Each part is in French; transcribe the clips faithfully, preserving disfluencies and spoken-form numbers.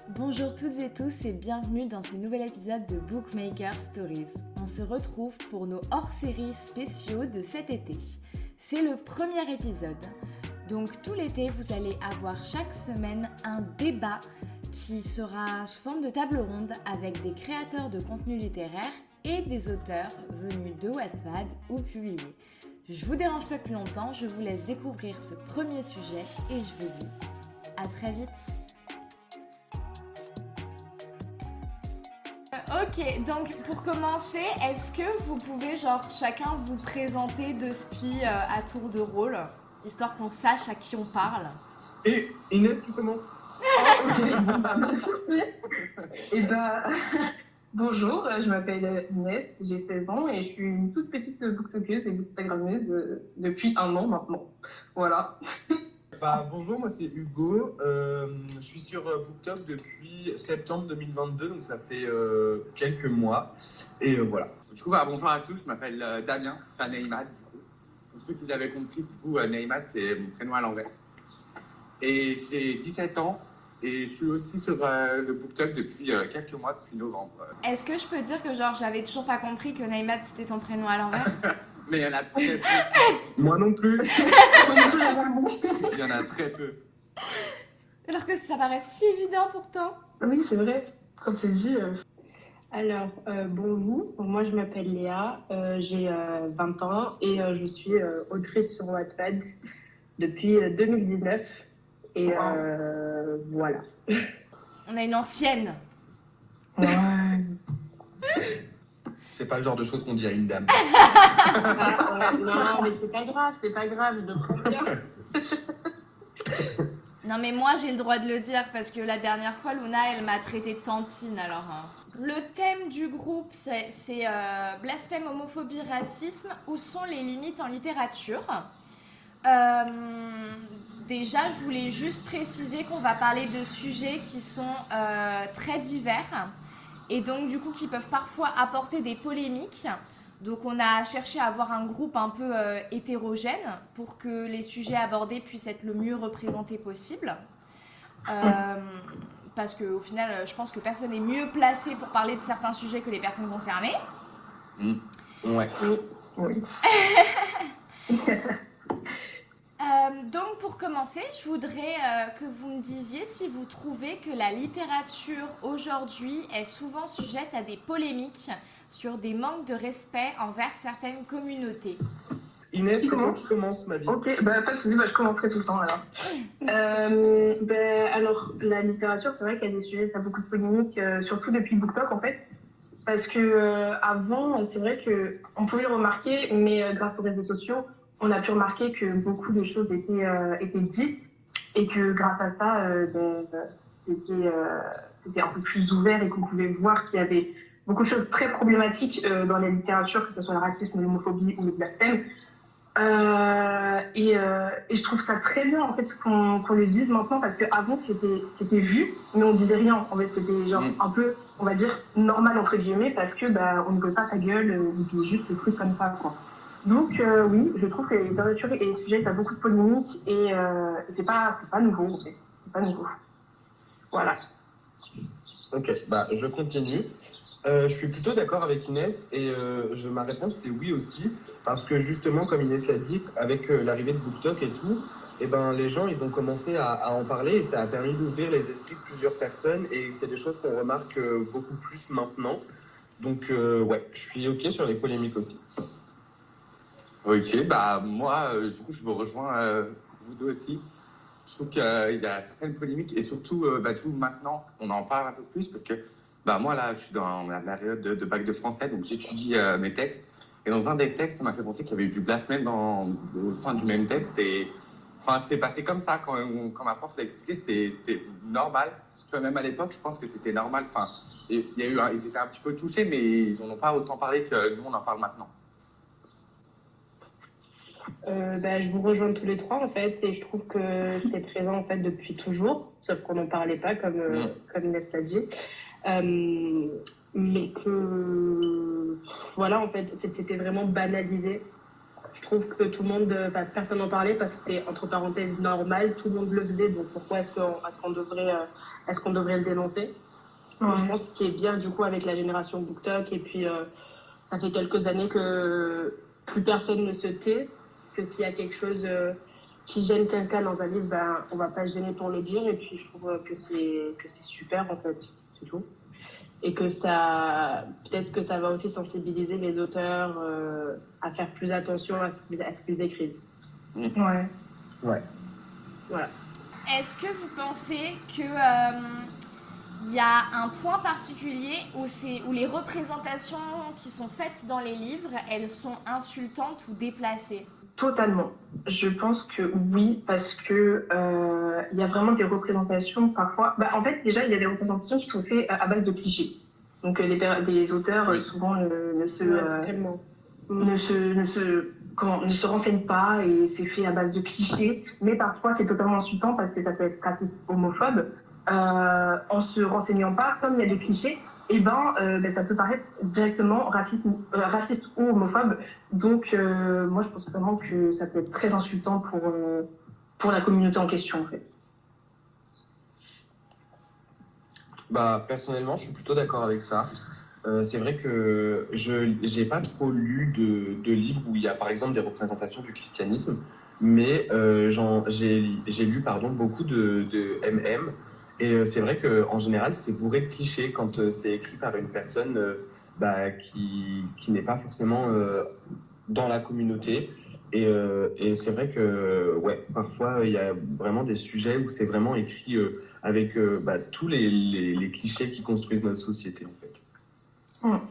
Bonjour toutes et tous et bienvenue dans ce nouvel épisode de Bookmaker Stories. On se retrouve pour nos hors-séries spéciaux de cet été. C'est le premier épisode. Donc tout l'été, vous allez avoir chaque semaine un débat qui sera sous forme de table ronde avec des créateurs de contenu littéraire et des auteurs venus de Wattpad ou publiés. Je vous dérange pas plus longtemps, je vous laisse découvrir ce premier sujet et je vous dis à très vite. Ok, donc pour commencer, est-ce que vous pouvez genre chacun vous présenter de spi euh, à tour de rôle, histoire qu'on sache à qui on parle? Et Inès, tu commences? Et bah, bonjour, je m'appelle Inès, j'ai seize ans et je suis une toute petite booktokeuse et bookstagrammeuse euh, depuis un an maintenant. Voilà. Bah, bonjour, moi c'est Hugo. Euh, je suis sur euh, BookTok depuis septembre deux mille vingt-deux, donc ça fait euh, quelques mois. Et euh, voilà. Du coup, bah, bonjour à tous, je m'appelle euh, Damien, enfin Neymad. Pour ceux qui l'avaient compris, du coup, euh, Neymad, c'est mon prénom à l'envers. Et j'ai dix-sept ans et je suis aussi sur euh, le BookTok depuis euh, quelques mois, depuis novembre. Est-ce que je peux dire que genre j'avais toujours pas compris que Neymad c'était ton prénom à l'envers? Mais il y en a très peu. Moi non plus. Il y en a très peu. Alors que ça paraît si évident pourtant. Oui, c'est vrai, comme c'est dit. Euh... Alors, euh, bonjour, moi je m'appelle Léa, euh, j'ai euh, vingt ans et euh, je suis euh, autrice sur Wattpad depuis euh, deux mille dix-neuf. Et euh, voilà. On a une ancienne. Ouais. C'est pas le genre de choses qu'on dit à une dame. Ah, ouais, non, mais c'est pas grave, c'est pas grave, je le prends bien. Non mais moi j'ai le droit de le dire parce que la dernière fois Luna elle m'a traité de tantine alors. Hein. Le thème du groupe c'est, c'est euh, blasphème, homophobie, racisme. Où sont les limites en littérature? euh, Déjà je voulais juste préciser qu'on va parler de sujets qui sont euh, très divers et donc du coup qui peuvent parfois apporter des polémiques. Donc on a cherché à avoir un groupe un peu euh, hétérogène pour que les sujets abordés puissent être le mieux représentés possible. Euh, parce qu'au final, je pense que personne n'est mieux placé pour parler de certains sujets que les personnes concernées. Mmh. Ouais. Oui. Oui. Euh, donc pour commencer, je voudrais euh, que vous me disiez si vous trouvez que la littérature aujourd'hui est souvent sujette à des polémiques sur des manques de respect envers certaines communautés. Inès, c'est toi qui commence, ma vie. Ok, bah, pas de soucis, bah, je commencerai tout le temps alors. euh, bah, alors, la littérature, c'est vrai qu'il y a des sujets, ça a beaucoup de polémiques, euh, surtout depuis BookTok en fait. Parce que euh, avant, c'est vrai qu'on pouvait le remarquer, mais euh, grâce aux réseaux sociaux, on a pu remarquer que beaucoup de choses étaient, euh, étaient dites et que grâce à ça, euh, ben, c'était, euh, c'était un peu plus ouvert et qu'on pouvait voir qu'il y avait beaucoup de choses très problématiques euh, dans la littérature, que ce soit le racisme, l'homophobie ou le blasphème. Euh, et, euh, et je trouve ça très bien en fait qu'on, qu'on le dise maintenant parce qu'avant c'était, c'était vu mais on disait rien en fait, c'était genre Mmh. un peu on va dire normal entre guillemets parce que bah, on ne veut pas ta gueule euh, on dit juste des trucs comme ça quoi. Donc euh, oui, je trouve que la littérature et les sujets, t'as beaucoup de polémiques et euh, c'est pas, c'est pas nouveau en fait, c'est pas nouveau. Voilà. Ok, bah je continue. Euh, je suis plutôt d'accord avec Inès et euh, je, ma réponse c'est oui aussi parce que justement comme Inès l'a dit avec euh, l'arrivée de BookTok et tout et ben les gens ils ont commencé à, à en parler et ça a permis d'ouvrir les esprits de plusieurs personnes et c'est des choses qu'on remarque euh, beaucoup plus maintenant donc euh, ouais je suis ok sur les polémiques aussi. Ok, bah moi, euh, du coup, je vous rejoins, euh, vous deux aussi. Je trouve qu'il euh, y a certaines polémiques et surtout, euh, bah, tout maintenant, on en parle un peu plus parce que bah, moi, là, je suis dans la période de, de bac de français, donc j'étudie euh, mes textes. Et dans un des textes, ça m'a fait penser qu'il y avait eu du blasphème dans, au sein du même texte. Et enfin, c'est passé comme ça quand, on, quand ma prof l'a expliqué, c'est, c'était normal. Tu vois, même à l'époque, je pense que c'était normal. Enfin, il y a eu, un, ils étaient un petit peu touchés, mais ils n'en ont pas autant parlé que nous, on en parle maintenant. Euh, bah, je vous rejoins tous les trois en fait et je trouve que c'est présent en fait depuis toujours, sauf qu'on n'en parlait pas comme euh, Mmh. comme Inès l'a dit. Euh, mais que voilà en fait c'était vraiment banalisé Je trouve que tout le monde, enfin, personne n'en parlait parce que c'était entre parenthèses normal, tout le monde le faisait, donc pourquoi est-ce qu'on est-ce qu'on devrait, euh, est-ce qu'on devrait le dénoncer? Ouais. Je pense qu'il est bien du coup avec la génération BookTok et puis euh, ça fait quelques années que plus personne ne se tait, parce que s'il y a quelque chose euh, qui gêne quelqu'un dans un livre, ben, on va pas se gêner pour le dire et puis je trouve que c'est, que c'est super en fait, c'est tout. Et que ça, peut-être que ça va aussi sensibiliser les auteurs euh, à faire plus attention à ce qu'ils, à ce qu'ils écrivent. Ouais. Ouais. Voilà. Est-ce que vous pensez que euh, y a un point particulier où, c'est, où les représentations qui sont faites dans les livres, elles sont insultantes ou déplacées? Totalement. Je pense que oui, parce que euh, il y a vraiment des représentations parfois. Bah, en fait, déjà, il y a des représentations qui sont faites à base de clichés. Donc, les, les auteurs oui. souvent ne, ne se, ouais, euh, ne se, ne se, comment, ne se renseignent pas et c'est fait à base de clichés. Mais parfois, c'est totalement insultant parce que ça peut être raciste, homophobe. Euh, en se renseignant pas, comme il y a des clichés, et ben, euh, ben ça peut paraître directement raciste, euh, raciste ou homophobe. Donc, euh, moi, je pense vraiment que ça peut être très insultant pour, euh, pour la communauté en question, en fait. Bah, personnellement, je suis plutôt d'accord avec ça. Euh, c'est vrai que je j'ai pas trop lu de, de livres où il y a, par exemple, des représentations du christianisme, mais euh, j'en, j'ai, j'ai lu pardon, beaucoup de, de M M. Et euh, c'est vrai qu'en général, c'est bourré de clichés quand euh, c'est écrit par une personne euh, bah, qui, qui n'est pas forcément euh, dans la communauté. Et, euh, et c'est vrai que ouais, parfois, il y a vraiment des sujets où c'est vraiment écrit euh, avec euh, bah, tous les, les, les clichés qui construisent notre société, en fait. Mmh.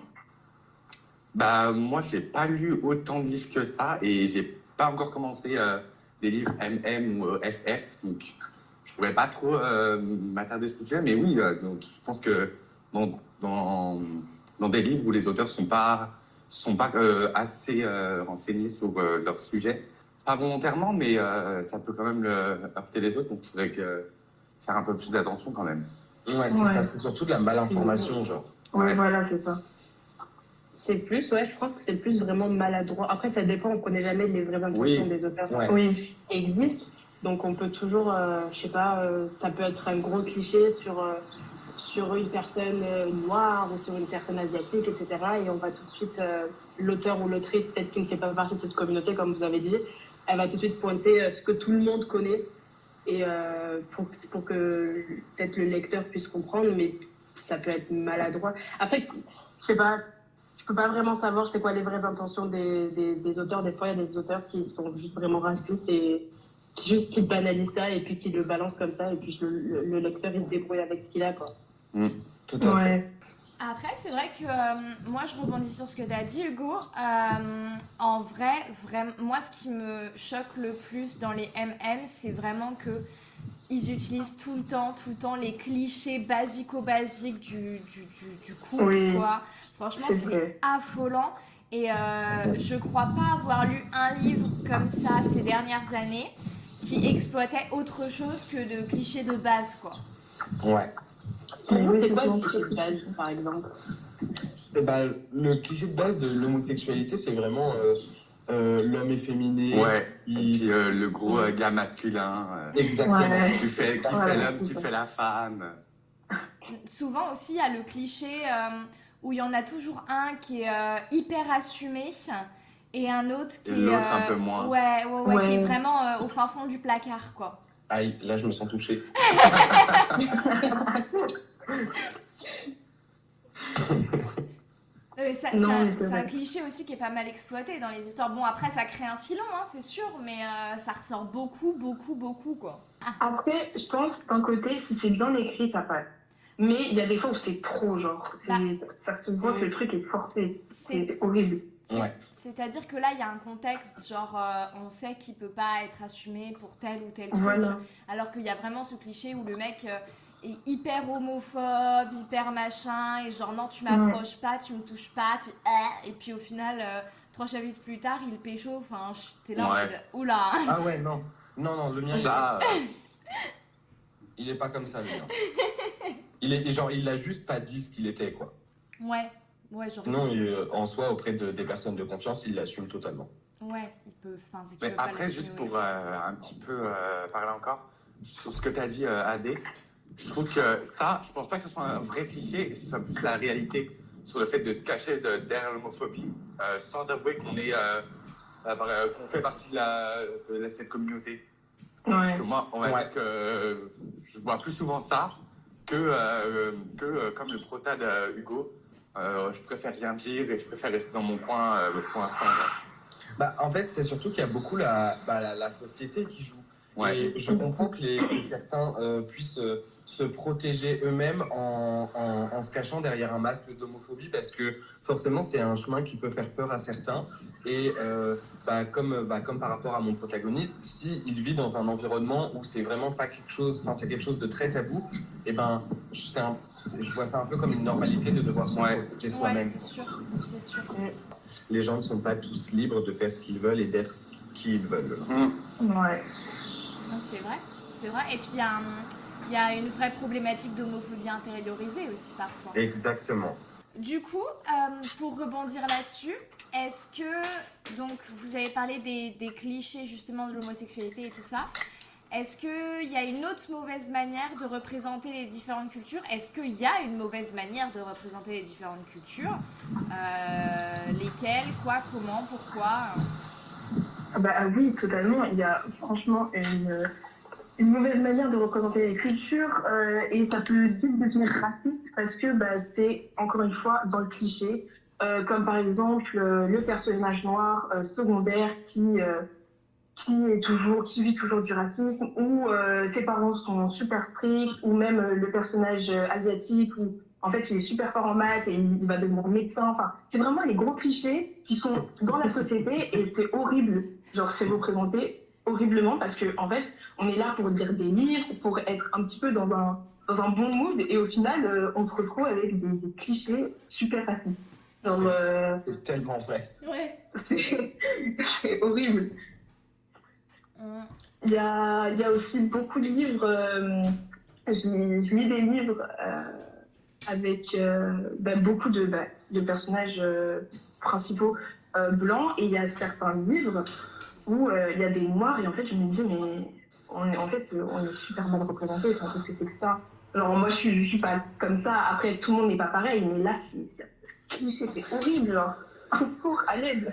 Bah, moi, j'ai pas lu autant de livres que ça et j'ai pas encore commencé euh, des livres M M ou euh, S F, donc je pourrais pas trop euh, m'attarder sur ce sujet, mais oui, euh, donc je pense que dans, dans, dans des livres où les auteurs sont pas sont pas euh, assez euh, renseignés sur euh, leur sujet, pas volontairement, mais euh, ça peut quand même le, heurter les autres, donc il faudrait que, faire un peu plus d'attention quand même. Ouais, c'est ouais. ça, c'est surtout de la malinformation, genre. Ouais, ouais, voilà, c'est ça. C'est plus, ouais, je crois que c'est plus vraiment maladroit. Après, ça dépend, on ne connaît jamais les vraies intentions oui. des auteurs ouais. oui. qui existent. Donc, on peut toujours, euh, je sais pas, euh, ça peut être un gros cliché sur, euh, sur une personne euh, noire ou sur une personne asiatique, et cetera. Et on va tout de suite, euh, l'auteur ou l'autrice, peut-être qui ne fait pas partie de cette communauté, comme vous avez dit, elle va tout de suite pointer euh, ce que tout le monde connaît. Et euh, pour, pour que peut-être le lecteur puisse comprendre, mais ça peut être maladroit. Après, je sais pas, je peux pas vraiment savoir c'est quoi les vraies intentions des, des, des auteurs. Des fois, il y a des auteurs qui sont juste vraiment racistes et qui juste qui banalisent ça et puis qui le balancent comme ça et puis le, le, le lecteur il se débrouille avec ce qu'il a, quoi. Mmh, tout à ouais. fait. Après, c'est vrai que euh, moi, je rebondis sur ce que tu as dit, Hugo. Euh, en vrai, vraiment, moi, ce qui me choque le plus dans les M M, c'est vraiment que ils utilisent tout le temps, tout le temps les clichés basico-basiques du, du, du, du couple, oui. quoi. Franchement, c'est, c'est affolant. Et euh, je crois pas avoir lu un livre comme ça ces dernières années qui exploitait autre chose que de clichés de base, quoi. Ouais. Oui, c'est quoi le cliché de base, par exemple? Bah, le cliché de base de l'homosexualité, c'est vraiment euh, euh, l'homme efféminé. Ouais, il... et puis euh, le gros euh, gars masculin. Euh, Exactement. Ouais. Qui fait, qui ouais, fait l'homme, qui fait la femme. Souvent aussi, il y a le cliché euh, où il y en a toujours un qui est euh, hyper assumé et un autre qui et est... l'autre euh, un peu moins. Ouais, ouais, ouais, ouais. qui est vraiment euh, au fin fond du placard, quoi. Aïe, là, je me sens touché. Euh, ça, Non, ça, mais c'est c'est vrai. un cliché aussi qui est pas mal exploité dans les histoires. Bon, après, ça crée un filon, hein, c'est sûr, mais euh, ça ressort beaucoup, beaucoup, beaucoup, quoi. Après, je pense d'un côté, si c'est bien écrit, ça passe. Mais il y a des fois où c'est trop, genre. C'est, Bah, ça se voit que le truc est forcé. c'est- C'est, c'est horrible. C'est- Ouais. C'est-à-dire que là, il y a un contexte, genre, euh, on sait qu'il peut pas être assumé pour tel ou tel truc. Voilà. Alors qu'il y a vraiment ce cliché où le mec euh, est hyper homophobe, hyper machin, et genre, non, tu m'approches pas, tu me touches pas, tu... euh, et puis au final, euh, trois chapitres plus tard, il pécho, enfin, je- t'es là en Ouais. mode, oula. Ah ouais, non. Non, non, le mien, il, Ça, euh, il est pas comme ça, lui. hein. Il est, genre, il a juste pas dit ce qu'il était, quoi. Ouais, ouais, genre. Sinon, il, euh, en soi, auprès de, des personnes de confiance, il l'assume totalement. Ouais, il peut. Enfin, c'est qu'il Mais veut pas après, l'assumer, juste oui. pour euh, un petit peu euh, parler encore sur ce que tu as dit, euh, Adé, je trouve que ça, je pense pas que ce soit un vrai cliché, que ce soit plus la réalité sur le fait de se cacher de, derrière l'homophobie euh, sans avouer qu'on est, euh, euh, qu'on fait partie de, la, de la- cette communauté. Parce que Ouais. moi, on va Ouais. dire que euh, je vois plus souvent ça que, euh, que euh, comme le prota de euh, Hugo. Euh, je préfère rien dire et je préfère rester dans mon coin euh, pour l'instant. Bah, en fait, c'est surtout qu'il y a beaucoup la, bah, la, la société qui joue. Ouais. Et je comprends que, les, que certains euh, puissent euh, se protéger eux-mêmes en, en, en se cachant derrière un masque d'homophobie parce que forcément, c'est un chemin qui peut faire peur à certains. Et euh, bah, comme, bah, comme par rapport à mon protagoniste, s'il vit dans un environnement où c'est vraiment pas quelque chose, enfin, c'est quelque chose de très tabou, et ben, c'est un- c'est- je vois ça un peu comme une normalité de devoir se Ouais. protéger Ouais, soi-même. c'est sûr, c'est sûr. Les gens ne sont pas tous libres de faire ce qu'ils veulent et d'être qui ils veulent. Mmh. Ouais. Non, c'est vrai, c'est vrai. Et puis il y, a un- il y a une vraie problématique d'homophobie intériorisée aussi parfois. Exactement. Du coup, euh, pour rebondir là-dessus, est-ce que, donc vous avez parlé des, des clichés justement de l'homosexualité et tout ça, est-ce qu'il y a une autre mauvaise manière de représenter les différentes cultures? Est-ce qu'il y a une mauvaise manière de représenter les différentes cultures? Euh, lesquelles, quoi, comment, pourquoi? Ah bah, ah oui, totalement. Il y a franchement une, une mauvaise manière de représenter les cultures euh, et ça peut vite devenir raciste parce que bah, c'est encore une fois dans le cliché, euh, comme par exemple euh, le personnage noir euh, secondaire qui, euh, qui, est toujours, qui vit toujours du racisme ou euh, ses parents sont super stricts ou même euh, le personnage euh, asiatique où en fait il est super fort en maths et il, il va devenir médecin. Enfin, c'est vraiment les gros clichés qui sont dans la société et c'est horrible. Genre, c'est représenté horriblement parce que en fait, on est là pour lire des livres, pour être un petit peu dans un, dans un bon mood et au final, euh, on se retrouve avec des, des clichés super faciles. Genre, C'est- euh, C'est tellement vrai. Ouais. c'est c'est horrible. Hum. Il y a, il y a aussi beaucoup de livres. Euh, je, lis, je lis des livres euh, avec euh, bah, beaucoup de, bah, de personnages euh, principaux euh, blancs et il y a certains livres où euh, il y a des noirs et en fait je me disais mais on est, en fait euh, on est super mal représentés. Enfin, qu'est-ce que c'est que ça? Alors moi je suis, je suis pas comme ça. Après tout le monde n'est pas pareil mais là c'est c'est cliché, c'est horrible. Genre. Un secours à l'aide.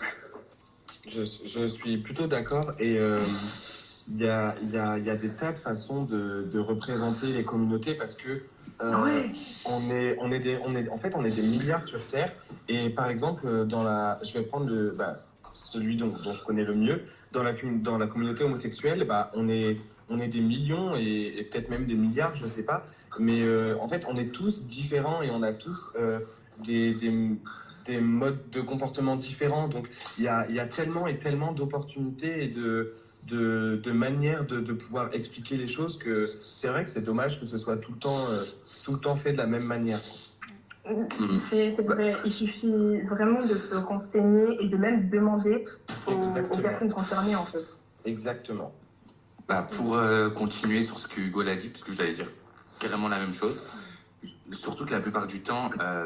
Je, je suis plutôt d'accord et euh, il y, a, il y, a, il y a des tas de façons de, de représenter les communautés parce que euh, Ouais. on est, on est des, on est, en fait on est des milliards sur Terre et par exemple dans la, je vais prendre le, bah, celui dont, dont je connais le mieux dans la, dans la communauté homosexuelle, bah, on est, on est des millions et, et peut-être même des milliards, je sais pas, mais euh, en fait on est tous différents et on a tous euh, des, des des modes de comportement différents. Donc, il y a, il y a tellement et tellement d'opportunités et de, de, de manières de, de pouvoir expliquer les choses que c'est vrai que c'est dommage que ce soit tout le temps, euh, tout le temps fait de la même manière. C'est c'est vrai, il suffit vraiment de se renseigner et de même demander aux, aux Exactement. personnes concernées en fait. Exactement. Bah, pour euh, continuer sur ce que Hugo l'a dit, parce que j'allais dire carrément la même chose, surtout que la plupart du temps, euh,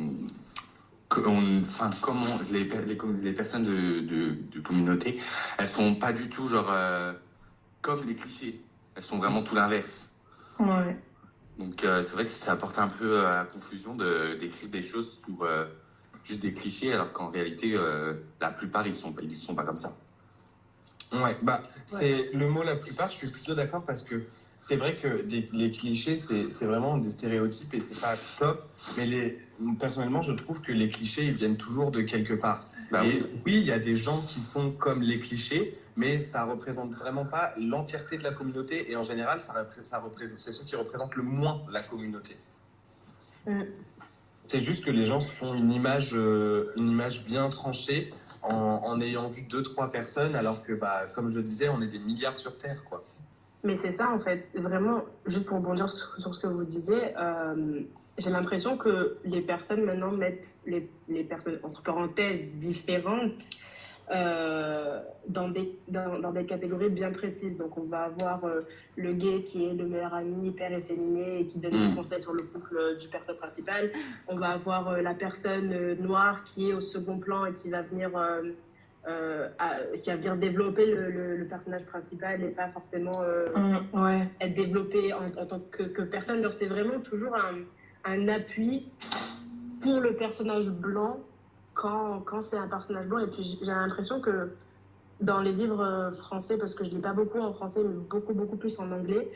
qu'on- enfin, comment les, per- les, com- les personnes de, de, de communauté, elles sont pas du tout genre euh, comme les clichés. Elles sont vraiment tout l'inverse. Ouais. Donc euh, c'est vrai que ça apporte un peu à la confusion de d'écrire des choses sur euh, juste des clichés, alors qu'en réalité, euh, la plupart ils sont pas- ils sont pas comme ça. Ouais, bah, c'est le mot la plupart, je suis plutôt d'accord parce que c'est vrai que des- les clichés, c'est c'est vraiment des stéréotypes et c'est pas top. Mais les, personnellement, je trouve que les clichés, ils viennent toujours de quelque part. Bah et oui. oui, il y a des gens qui sont comme les clichés, mais ça représente vraiment pas l'entièreté de la communauté. Et en général, ça, repré- ça représente, c'est ceux qui représentent le moins la communauté. Mm. C'est juste que les gens se font une image, euh, une image bien tranchée en, en ayant vu deux, trois personnes, alors que, bah, comme je disais, on est des milliards sur Terre, quoi. Mais c'est ça en fait, vraiment, juste pour rebondir sur, sur ce que vous disiez, euh, j'ai l'impression que les personnes maintenant mettent les, les personnes entre parenthèses différentes euh, dans, des, dans, dans des catégories bien précises. Donc on va avoir euh, le gay qui est le meilleur ami hyper efféminé et qui donne des Mm. conseils sur le couple euh, du personnage principal. On va avoir euh, la personne euh, noire qui est au second plan et qui va venir... euh, euh, à, qui va venir développer le, le, le personnage principal et pas forcément euh, Mmh, ouais. être développé en, en tant que, que personne. Genre, c'est vraiment toujours un, un appui pour le personnage blanc quand, quand c'est un personnage blanc. Et puis j'ai l'impression que dans les livres français, parce que je lis pas beaucoup en français, mais beaucoup, beaucoup plus en anglais,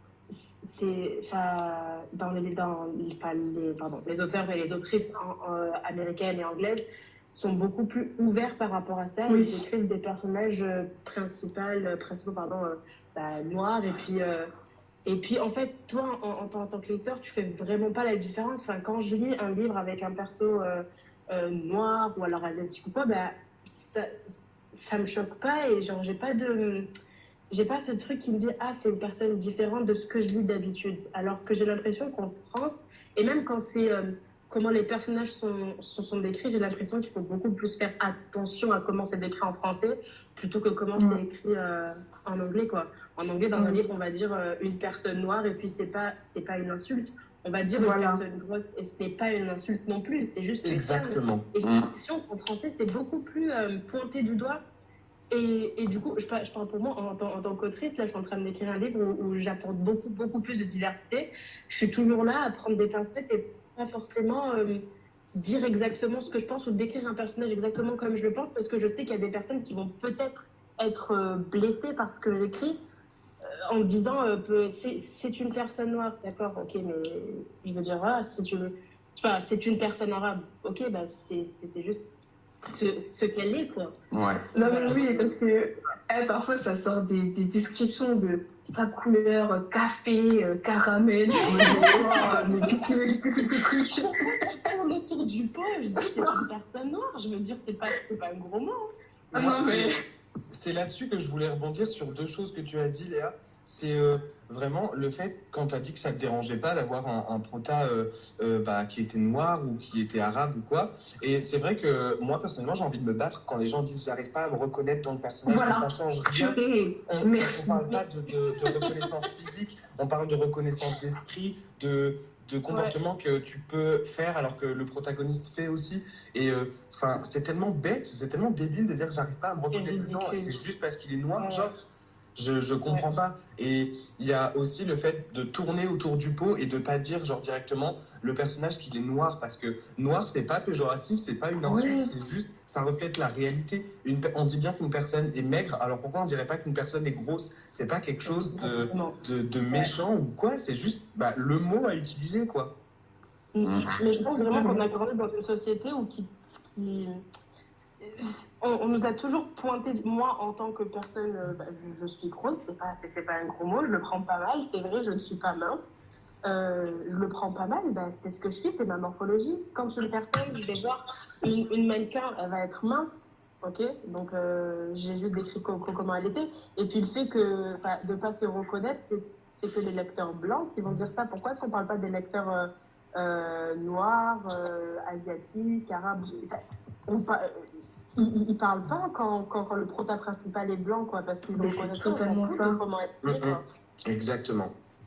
c'est, dans, les, dans les, pardon, les auteurs et les autrices en, en, américaines et anglaises sont beaucoup plus ouverts par rapport à ça. Oui. Ils écrivent des personnages principaux, principaux pardon, euh, bah, noirs. Et puis, euh, et puis, en fait, toi, en, en, en tant que lecteur, tu fais vraiment pas la différence. Enfin, quand je lis un livre avec un perso euh, euh, noir ou alors asiatique ou quoi, bah, ça, ça me choque pas. Et genre, j'ai pas de... J'ai pas ce truc qui me dit « Ah, c'est une personne différente de ce que je lis d'habitude ». Alors que j'ai l'impression qu'en France, et même quand c'est euh, comment les personnages sont, sont, sont décrits, j'ai l'impression qu'il faut beaucoup plus faire attention à comment c'est décrit en français plutôt que comment mmh. c'est écrit euh, en anglais, quoi. En anglais, dans mmh. un livre, on va dire euh, une personne noire et puis c'est pas, c'est pas une insulte. On va dire voilà. une personne grosse et ce n'est pas une insulte non plus, c'est juste exactement. Et j'ai l'impression qu'en français, c'est beaucoup plus euh, pointé du doigt. Et, et du coup, je parle, je parle pour moi en, en, en tant qu'autrice, là je suis en train d'écrire un livre où, où j'apporte beaucoup, beaucoup plus de diversité. Je suis toujours là à prendre des pincettes et pas forcément euh, dire exactement ce que je pense ou décrire un personnage exactement comme je le pense, parce que je sais qu'il y a des personnes qui vont peut-être être euh, blessées par ce que j'écris euh, en disant euh, c'est, c'est une personne noire, d'accord, ok, mais je veux dire, ah, c'est une, enfin, c'est une personne arabe, ok, bah, c'est, c'est, c'est juste ce, ce qu'elle est, quoi. Ouais. Non, mais oui, parce que eh, parfois ça sort des, des descriptions de sa couleur, euh, café, euh, caramel. Mais qu'est-ce que c'est que ce truc? Je tourne autour du pot, je dis c'est une personne noire. Je veux dire, c'est pas, c'est pas un gros mot. Ah, moi, non, mais... C'est là-dessus que je voulais rebondir sur deux choses que tu as dit, Léa. C'est euh, vraiment le fait, quand tu as dit que ça ne te dérangeait pas d'avoir un, un prota euh, euh, bah, qui était noir ou qui était arabe ou quoi. Et c'est vrai que moi, personnellement, j'ai envie de me battre quand les gens disent « j'arrive pas à me reconnaître dans le personnage voilà. », ça change rien. On ne parle pas de, de, de reconnaissance physique, on parle de reconnaissance d'esprit, de, de comportement ouais. que tu peux faire alors que le protagoniste fait aussi. Et enfin, euh, c'est tellement bête, c'est tellement débile de dire « j'arrive pas à me reconnaître dedans », c'est juste parce qu'il est noir, ouais. genre. Je, je comprends ouais. pas. Et il y a aussi le fait de tourner autour du pot et de pas dire genre directement le personnage qu'il est noir, parce que noir c'est pas péjoratif, c'est pas une insulte, ouais. c'est juste, ça reflète la réalité. Une, on dit bien qu'une personne est maigre, alors pourquoi on dirait pas qu'une personne est grosse? C'est pas quelque chose de, de, de méchant ouais. ou quoi, c'est juste bah, le mot à utiliser, quoi. Mmh. Mais je pense vraiment qu'on a grandi dans une société où qui... qui... On, on nous a toujours pointé, moi en tant que personne, euh, bah, je, je suis grosse, c'est pas, c'est, c'est pas un gros mot, je le prends pas mal, c'est vrai, je ne suis pas mince, euh, je le prends pas mal, bah, c'est ce que je fais, c'est ma morphologie. Quand je suis une personne, je vais voir une, une mannequin, elle va être mince, ok, donc euh, j'ai juste décrit comment elle était, et puis le fait que, de ne pas se reconnaître, c'est, c'est que les lecteurs blancs qui vont dire ça. Pourquoi est-ce qu'on ne parle pas des lecteurs euh, euh, noirs, euh, asiatiques, arabes, on parle, Ils ne parlent pas quand, quand, quand le prota principal est blanc, quoi, parce qu'ils ont connaissance totalement ça. Comment être fait, mm-hmm. quoi. Exactement.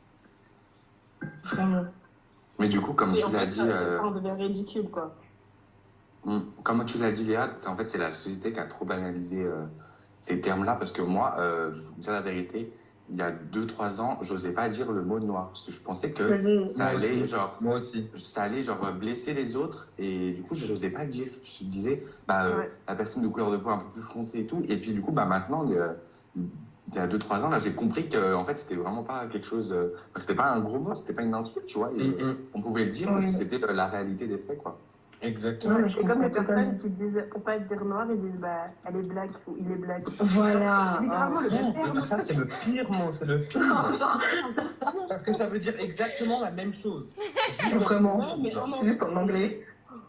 Vraiment. Mais du coup, comme Et tu en l'as fait, dit... Ça, euh... ça devient ridicule, quoi. Mm. Comme tu l'as dit, Léa, c'est, en fait, c'est la société qui a trop banalisé euh, ces termes-là, parce que moi, euh, je vous dis la vérité, il y a deux trois ans, j'osais pas dire le mot noir, parce que je pensais que mmh, ça allait, aussi. genre... Moi aussi. Ça allait, genre, blesser les autres, et du coup, je n'osais pas le dire. Je me disais, bah, euh, ouais. la personne de couleur de peau un peu plus foncée et tout, et puis du coup, bah, maintenant, il y a, il y a deux trois ans, là, j'ai compris que, en fait, c'était vraiment pas quelque chose... Euh, c'était pas un gros mot, c'était pas une insulte, tu vois, et mmh. on pouvait le dire, mmh. parce que c'était euh, la réalité des faits, quoi. Exactement. Ouais, c'est comme les personnes qui disent, pour pas dire noir, ils disent bah elle est black ou il est black. Voilà. C'est ah, oh, ça c'est le pire mot, c'est le pire. Parce que ça veut dire exactement la même chose. Vraiment. Ouais, mais c'est juste en anglais.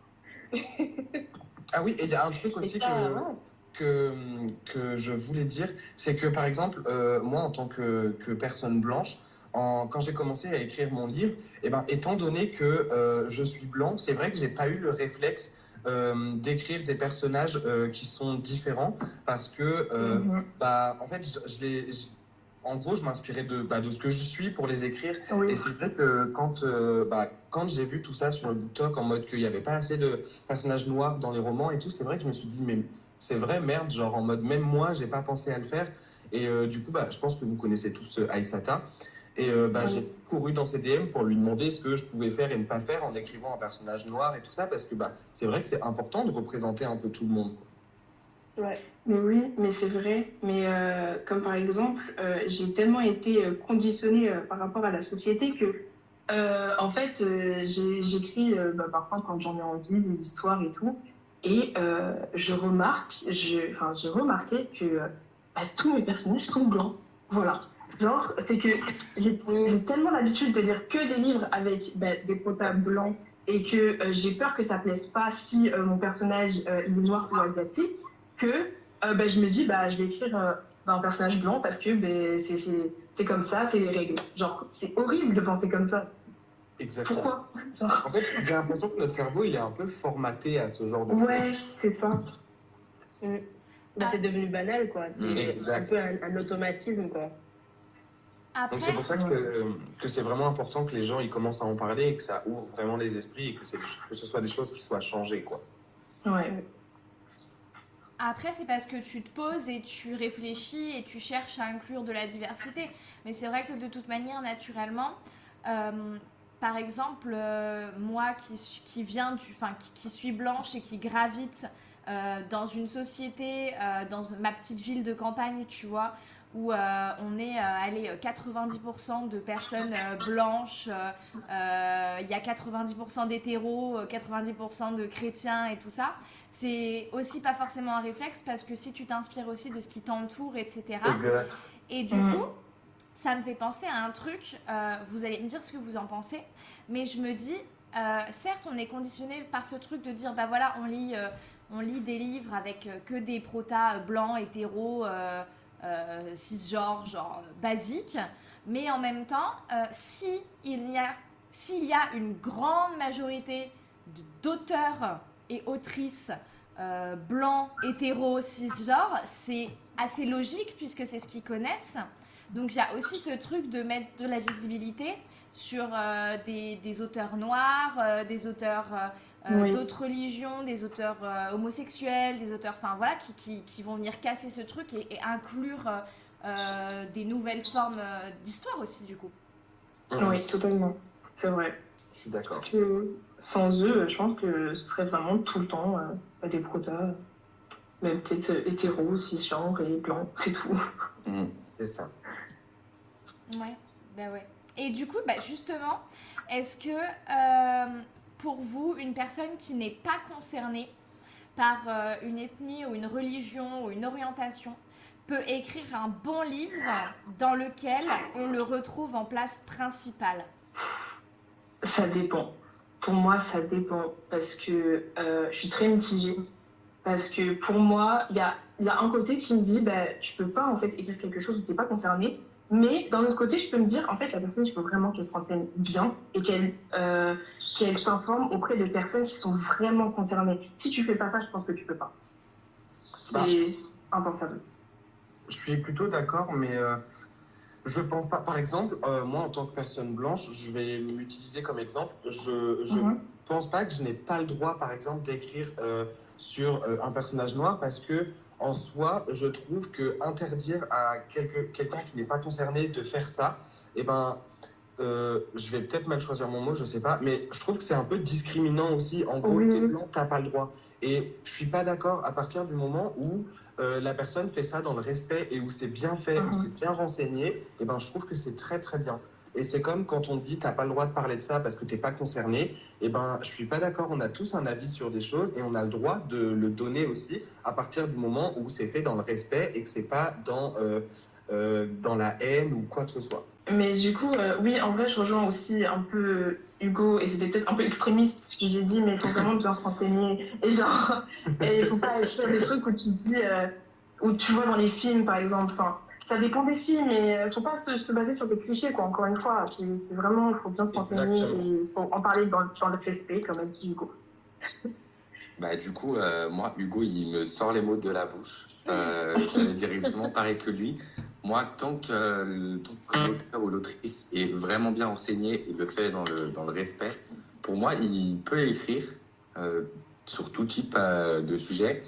Ah oui, et il y a un truc aussi ça, que, ouais. que, que je voulais dire, c'est que par exemple, euh, moi en tant que, que personne blanche, En, quand j'ai commencé à écrire mon livre, eh ben, étant donné que euh, je suis blanc, c'est vrai que j'ai pas eu le réflexe euh, d'écrire des personnages euh, qui sont différents, parce que, euh, mm-hmm. bah, en fait, je, je les, je, en gros, je m'inspirais de, bah, de ce que je suis pour les écrire. Oui. Et c'est vrai que quand, euh, bah, quand j'ai vu tout ça sur le BookTok, en mode qu'il n'y avait pas assez de personnages noirs dans les romans et tout, c'est vrai que je me suis dit, mais c'est vrai, merde, genre en mode même moi, j'ai pas pensé à le faire. Et euh, du coup, bah, je pense que vous connaissez tous euh, Aïssata. Et euh, bah, Oui. j'ai couru dans ses D M pour lui demander ce que je pouvais faire et ne pas faire en écrivant un personnage noir et tout ça, parce que bah, c'est vrai que c'est important de représenter un peu tout le monde, quoi. Ouais. Mais oui, mais c'est vrai. Mais euh, comme par exemple, euh, j'ai tellement été euh, conditionnée euh, par rapport à la société que, euh, en fait, euh, j'ai- j'écris euh, bah, parfois quand j'en ai envie des histoires et tout. Et euh, je remarque, je, enfin, j'ai remarqué que euh, bah, tous mes personnages sont blancs. Voilà. Genre, c'est que j'ai j'ai tellement l'habitude de lire que des livres avec bah, des protas blancs et que euh, j'ai peur que ça plaise pas si euh, mon personnage euh, il est noir ou asiatique que euh, ben, je me dis, bah, je vais écrire euh, ben, un personnage blanc parce que ben, c'est, c'est, c'est comme ça, c'est les règles. Genre, c'est horrible de penser comme ça. Exactement. Pourquoi? Genre, En fait, j'ai l'impression que notre cerveau, il est un peu formaté à ce genre de choses. ouais, c'est ça. Mm. Bah, Ah. c'est devenu banal, quoi. C'est Mm. Exact. un peu un, un automatisme, quoi. Donc c'est Après, pour ça que, que c'est vraiment important que les gens ils commencent à en parler et que ça ouvre vraiment les esprits et que, c'est, que ce soit des choses qui soient changées, quoi. Ouais. Après, c'est parce que tu te poses et tu réfléchis et tu cherches à inclure de la diversité. Mais c'est vrai que de toute manière, naturellement, euh, par exemple, euh, moi qui, suis- qui viens du, enfin, qui, qui suis blanche et qui gravite euh, dans une société, euh, dans ma petite ville de campagne, tu vois, où euh, on est, euh, allez, quatre-vingt-dix pour cent de personnes euh, blanches, euh, euh, il y a quatre-vingt-dix pour cent d'hétéros, euh, quatre-vingt-dix pour cent de chrétiens et tout ça. C'est aussi pas forcément un réflexe parce que si tu t'inspires aussi de ce qui t'entoure, et cetera. Exact. Et du Mm. coup, ça me fait penser à un truc, euh, vous allez me dire ce que vous en pensez, mais je me dis, euh, certes, on est conditionné par ce truc de dire, bah voilà, on lit, euh, on lit des livres avec euh, que des protas euh, blancs, hétéros, euh, euh, cisgenres, genre euh, basiques, mais en même temps, euh, si il y a, s'il y a une grande majorité de- d'auteurs et autrices euh, blancs, hétéros, cisgenres, c'est assez logique puisque c'est ce qu'ils connaissent. Donc il y a aussi ce truc de mettre de la visibilité sur euh, des, des auteurs noirs, euh, des auteurs euh, euh, Oui. d'autres religions, des auteurs euh, homosexuels, des auteurs, enfin voilà, qui, qui, qui vont venir casser ce truc et, et inclure euh, euh, des nouvelles formes euh, d'histoire aussi du coup. Oui, totalement. C'est vrai. Je suis d'accord. Parce que sans eux, je pense que ce serait vraiment tout le temps euh, des protas, même peut-être euh, hétéros, cisgenres et blancs, c'est tout. Mm. C'est ça. Ouais, bah ouais. Et du coup, bah justement, est-ce que euh, pour vous, une personne qui n'est pas concernée par euh, une ethnie ou une religion ou une orientation peut écrire un bon livre dans lequel on le retrouve en place principale? Ça dépend. Pour moi, ça dépend parce que euh, je suis très mitigée. Parce que pour moi, il y a, il y a un côté qui me dit, bah, tu peux pas en fait écrire quelque chose où tu n'es pas concerné. Mais d'un autre côté, je peux me dire, en fait, la personne, il faut vraiment qu'elle se renseigne bien et qu'elle euh, qu'elle s'informe auprès de personnes qui sont vraiment concernées. Si tu fais pas ça, je pense que tu peux pas. Bah. C'est impensable. Je suis plutôt d'accord, mais euh, je pense pas. Par exemple, euh, moi, en tant que personne blanche, je vais m'utiliser comme exemple. Je, je Mhm. pense pas que je n'ai pas le droit, par exemple, d'écrire euh, sur euh, un personnage noir parce que, en soi, je trouve que interdire à quelque, quelqu'un qui n'est pas concerné de faire ça, eh ben, euh, je vais peut-être mal choisir mon mot, je sais pas, mais je trouve que c'est un peu discriminant aussi. En gros, Oui. t'es blanc, t'as pas le droit. Et je suis pas d'accord à partir du moment où euh, la personne fait ça dans le respect et où c'est bien fait, Mhm. où c'est bien renseigné, et ben je trouve que c'est très très bien. Et c'est comme quand on dit t'as pas le droit de parler de ça parce que t'es pas concerné, et ben je suis pas d'accord. On a tous un avis sur des choses et on a le droit de le donner aussi à partir du moment où c'est fait dans le respect et que c'est pas dans euh, euh, dans la haine ou quoi que ce soit. Mais du coup, euh, oui, en vrai, je rejoins aussi un peu Hugo, et c'était peut-être un peu extrémiste ce que j'ai dit, mais il faut vraiment bien se renseigner. Et genre, et il faut pas écrire des trucs où tu te dis, euh, où tu vois dans les films, par exemple. Enfin, ça dépend des films, mais il faut pas se, se baser sur des clichés, quoi. Encore une fois, c'est c'est vraiment, il faut bien se renseigner Exactement. et il faut en parler dans, dans le respect, comme a dit Hugo. Bah, du coup, euh, moi, Hugo, il me sort les mots de la bouche. Euh, J'allais dire exactement pareil que lui. Moi, tant que, euh, tant que l'auteur ou l'autrice est vraiment bien enseigné et le fait dans le, dans le respect, pour moi, il peut écrire euh, sur tout type euh, de sujet.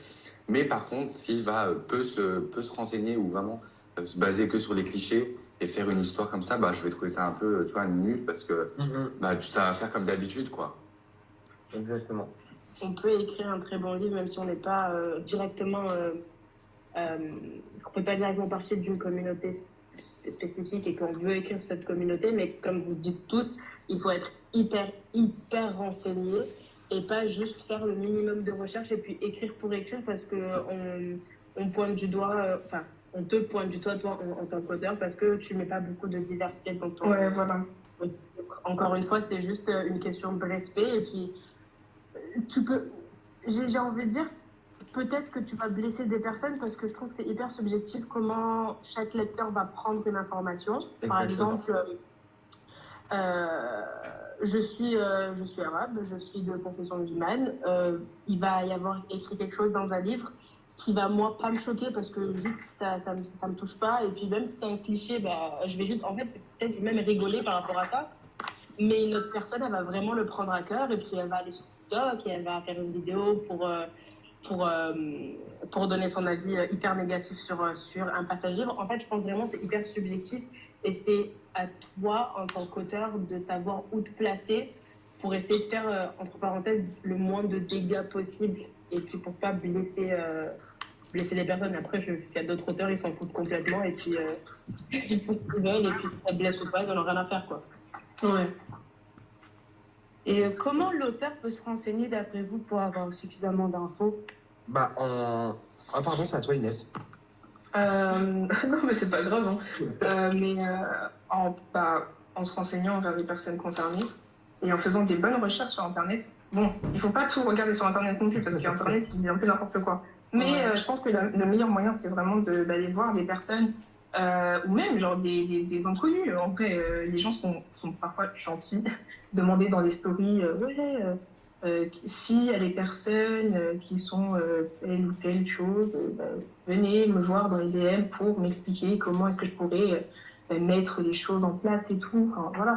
Mais par contre, s'il va euh, peu, se, peu se renseigner ou vraiment euh, se baser que sur les clichés et faire une histoire comme ça, bah, je vais trouver ça un peu, tu vois, nul parce que Mhm. bah, ça va faire comme d'habitude, quoi. Exactement. On peut écrire un très bon livre même si on n'est pas euh, directement, euh, euh, on peut pas directement partir d'une communauté sp- spécifique et qu'on veut écrire cette communauté, mais comme vous dites tous, il faut être hyper, hyper renseigné et pas juste faire le minimum de recherche et puis écrire pour écrire parce que on, on pointe du doigt, euh, enfin, on te pointe du doigt toi en, en tant qu'auteur parce que tu mets pas beaucoup de diversité dans ton. Ouais, voilà. Donc, encore une fois, c'est juste une question de respect et puis tu peux, j'ai j'ai envie de dire, peut-être que tu vas blesser des personnes parce que je trouve que c'est hyper subjectif comment chaque lecteur va prendre une information. Par Exactement. exemple, euh, euh, je suis, euh, je suis arabe, je suis de confession musulmane. Euh, il va y avoir écrit quelque chose dans un livre qui va moi pas me choquer parce que juste ça, ça, me, ça me touche pas. Et puis même si c'est un cliché, bah, je vais juste, en fait, peut-être je vais même rigoler par rapport à ça. Mais une autre personne, elle va vraiment le prendre à cœur et puis elle va aller sur TikTok et elle va faire une vidéo pour, euh, pour, euh, pour donner son avis euh, hyper négatif sur, euh, sur un passage libre. En fait, je pense vraiment que c'est hyper subjectif et c'est à toi, en tant qu'auteur, de savoir où te placer pour essayer de faire, euh, entre parenthèses, le moins de dégâts possible et puis pour pas blesser, euh, blesser les personnes. Après, je, il y a d'autres auteurs, ils s'en foutent complètement et puis euh, ils font ce qu'ils veulent et puis si ça blesse ou pas, ils n'en ont rien à faire, quoi. Ouais. Et euh, comment l'auteur peut se renseigner d'après vous pour avoir suffisamment d'infos? Bah, en... Ah, pardon, c'est à toi, Inès. Euh, non, mais c'est pas grave. Hein. Euh, mais euh, en, bah, en se renseignant vers les personnes concernées et en faisant des bonnes recherches sur Internet. Bon, il faut pas tout regarder sur Internet non plus parce qu'Internet, il dit un peu n'importe quoi. Mais euh, je pense que la- le meilleur moyen, c'est vraiment de- d'aller voir des personnes euh, ou même genre des, des, des inconnus. En vrai, euh, les gens sont, sont parfois gentils. Demander dans les stories, euh, ouais, euh, euh, s'il y a des personnes euh, qui sont euh, telle ou telle chose, euh, bah, venez me voir dans les D M pour m'expliquer comment est-ce que je pourrais euh, mettre les choses en place et tout. Enfin, voilà.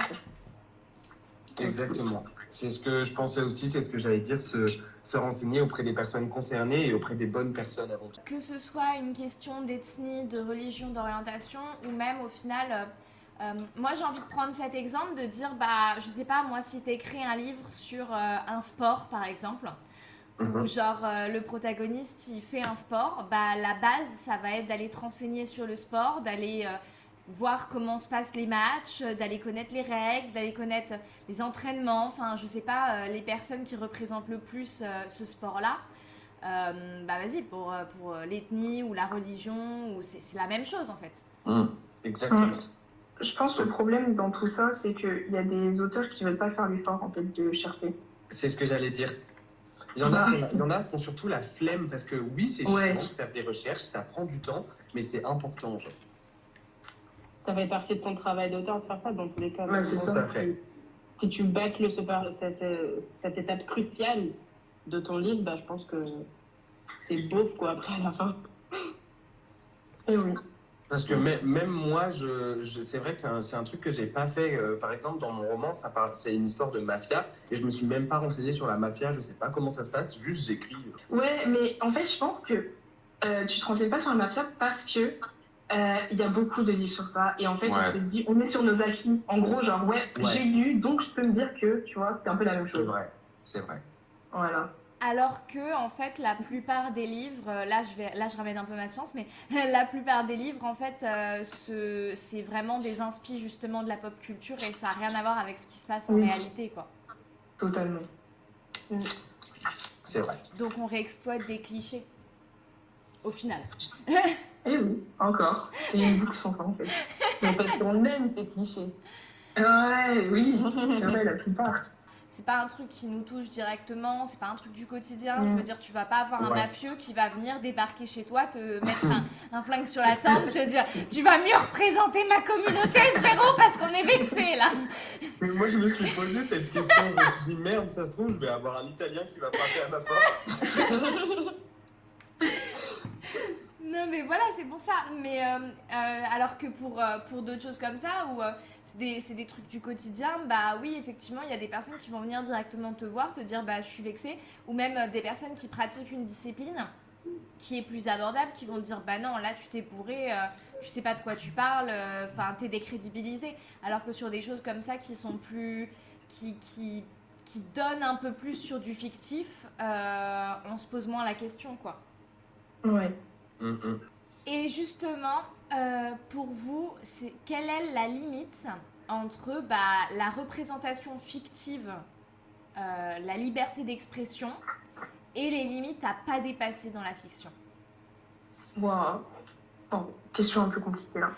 Exactement. C'est ce que je pensais aussi, c'est ce que j'allais dire, se, se renseigner auprès des personnes concernées et auprès des bonnes personnes avant tout. Que ce soit une question d'ethnie, de religion, d'orientation, ou même au final, euh, euh, moi j'ai envie de prendre cet exemple, de dire, bah, je sais pas, moi si t'écris un livre sur euh, un sport par exemple, Mhm. où genre euh, le protagoniste il fait un sport, bah la base ça va être d'aller te renseigner sur le sport, d'aller euh, voir comment se passent les matchs, euh, d'aller connaître les règles, d'aller connaître les entraînements, enfin je sais pas, euh, les personnes qui représentent le plus euh, ce sport-là. Euh, bah vas-y, pour, euh, pour euh, l'ethnie ou la religion, ou c'est, c'est la même chose en fait. Mhm. Exactement. Mm. Je pense que le problème dans tout ça, c'est qu'il y a des auteurs qui veulent pas faire l'effort en fait de chercher. C'est ce que j'allais dire. Il y, en a, Ah. qui ont- il y en a qui ont surtout la flemme parce que oui, c'est Ouais. chiant de faire des recherches, ça prend du temps, mais c'est important. Genre. Ça fait partie de ton travail d'auteur de faire ça dans tous les cas. Ouais, c'est Donc, ça. Tout à fait. Si tu bâcles ce par- ce- ce- cette étape cruciale de ton livre, bah, je pense que c'est beau quoi après à la fin. Et oui. Parce que même, même moi, je, je- c'est vrai que c'est un, c'est un truc que j'ai pas fait. Euh, par exemple, dans mon roman, ça parle, c'est une histoire de mafia et je me suis même pas renseigné sur la mafia. Je sais pas comment ça se passe. Juste, j'écris. Ouais, mais en fait, je pense que euh, tu te renseignes pas sur la mafia parce que euh, il y a beaucoup de livres sur ça et en fait, Ouais. on se dit, on est sur nos acquis. En gros, genre ouais, Ouais. j'ai lu, donc je peux me dire que, tu vois, c'est un peu la même C'est chose. vrai. C'est vrai. Voilà. Alors que, en fait, la plupart des livres, euh, là je, vais, là je ramène un peu ma science, mais la plupart des livres, en fait, euh, ce, c'est vraiment des inspi justement de la pop culture et ça n'a rien à voir avec ce qui se passe en Oui. réalité, quoi. Totalement. C'est vrai. Donc on réexploite des clichés, au final. Et oui, encore. C'est une boucle sans fin en fait. C'est parce qu'on aime ces clichés. Ouais, oui, c'est vrai, la plupart. C'est pas un truc qui nous touche directement, c'est pas un truc du quotidien. Mm. Je veux dire, tu vas pas avoir un Ouais. mafieux qui va venir débarquer chez toi, te mettre un, un flingue sur la tempe, te dire tu vas mieux représenter ma communauté, frérot, parce qu'on est vexés là. Mais moi, je me suis posé cette question. Je me suis dit, merde, ça se trouve, je vais avoir un Italien qui va frapper à ma porte. Non mais voilà, c'est pour ça. Mais euh, euh, alors que pour, euh, pour d'autres choses comme ça, où euh, c'est, des, c'est des trucs du quotidien, bah oui, effectivement, il y a des personnes qui vont venir directement te voir, te dire bah je suis vexée, ou même euh, des personnes qui pratiquent une discipline qui est plus abordable, qui vont te dire bah non, là tu t'es bourré, euh, tu sais pas de quoi tu parles, enfin euh, t'es décrédibilisé. Alors que sur des choses comme ça qui sont plus. qui, qui, qui donnent un peu plus sur du fictif, euh, on se pose moins la question, quoi. Ouais. Mm-hmm. Et justement, euh, pour vous, c'est, quelle est la limite entre bah, la représentation fictive, euh, la liberté d'expression et les limites à pas dépasser dans la fiction? Waouh. Bon, question un peu compliquée là.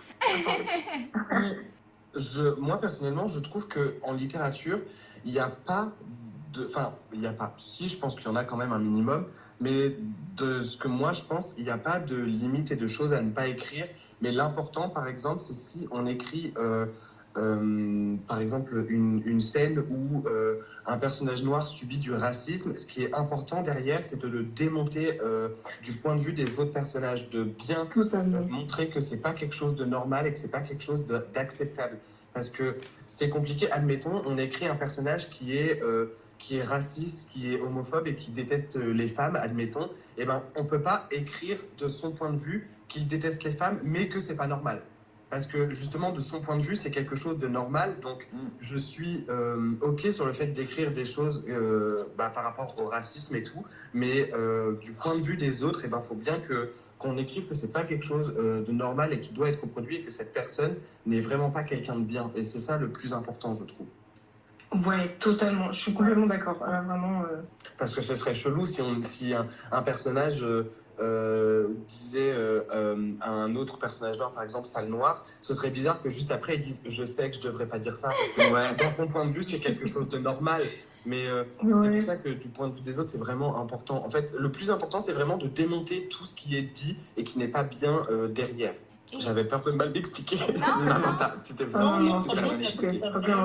je, moi, personnellement, je trouve qu'en littérature, il n'y a pas de... Enfin, il n'y a pas... Si, je pense qu'il y en a quand même un minimum, mais de ce que moi, je pense, il n'y a pas de limite et de choses à ne pas écrire. Mais l'important, par exemple, c'est si on écrit... Euh, Euh, par exemple, une, une scène où euh, un personnage noir subit du racisme, ce qui est important derrière, c'est de le démonter euh, du point de vue des autres personnages, de bien euh, montrer que c'est pas quelque chose de normal et que c'est pas quelque chose de, d'acceptable. Parce que c'est compliqué. Admettons, on écrit un personnage qui est euh, qui est raciste, qui est homophobe et qui déteste les femmes, admettons. Et ben, on peut pas écrire de son point de vue qu'il déteste les femmes, mais que c'est pas normal. Parce que justement, de son point de vue, c'est quelque chose de normal. Donc, mm. je suis euh, OK sur le fait d'écrire des choses euh, bah, par rapport au racisme et tout. Mais euh, du point de vue des autres, il eh ben, faut bien que, qu'on écrive que c'est pas quelque chose euh, de normal et qui doit être reproduit et que cette personne n'est vraiment pas quelqu'un de bien. Et c'est ça le plus important, je trouve. Ouais, totalement. Je suis complètement d'accord. Euh, vraiment. Euh... Parce que ce serait chelou si, on, si un, un personnage... Euh, Euh, disait euh, euh, à un autre personnage noir, par exemple, sale noir, ce serait bizarre que juste après ils disent je sais que je devrais pas dire ça parce que ouais, dans son point de vue c'est quelque chose de normal, mais euh, ouais. C'est pour ça que du point de vue des autres c'est vraiment important. En fait, le plus important c'est vraiment de démonter tout ce qui est dit et qui n'est pas bien euh, derrière. Et... J'avais peur de mal m'expliquer. Non, non, non, non c'était vraiment non, super bien expliqué.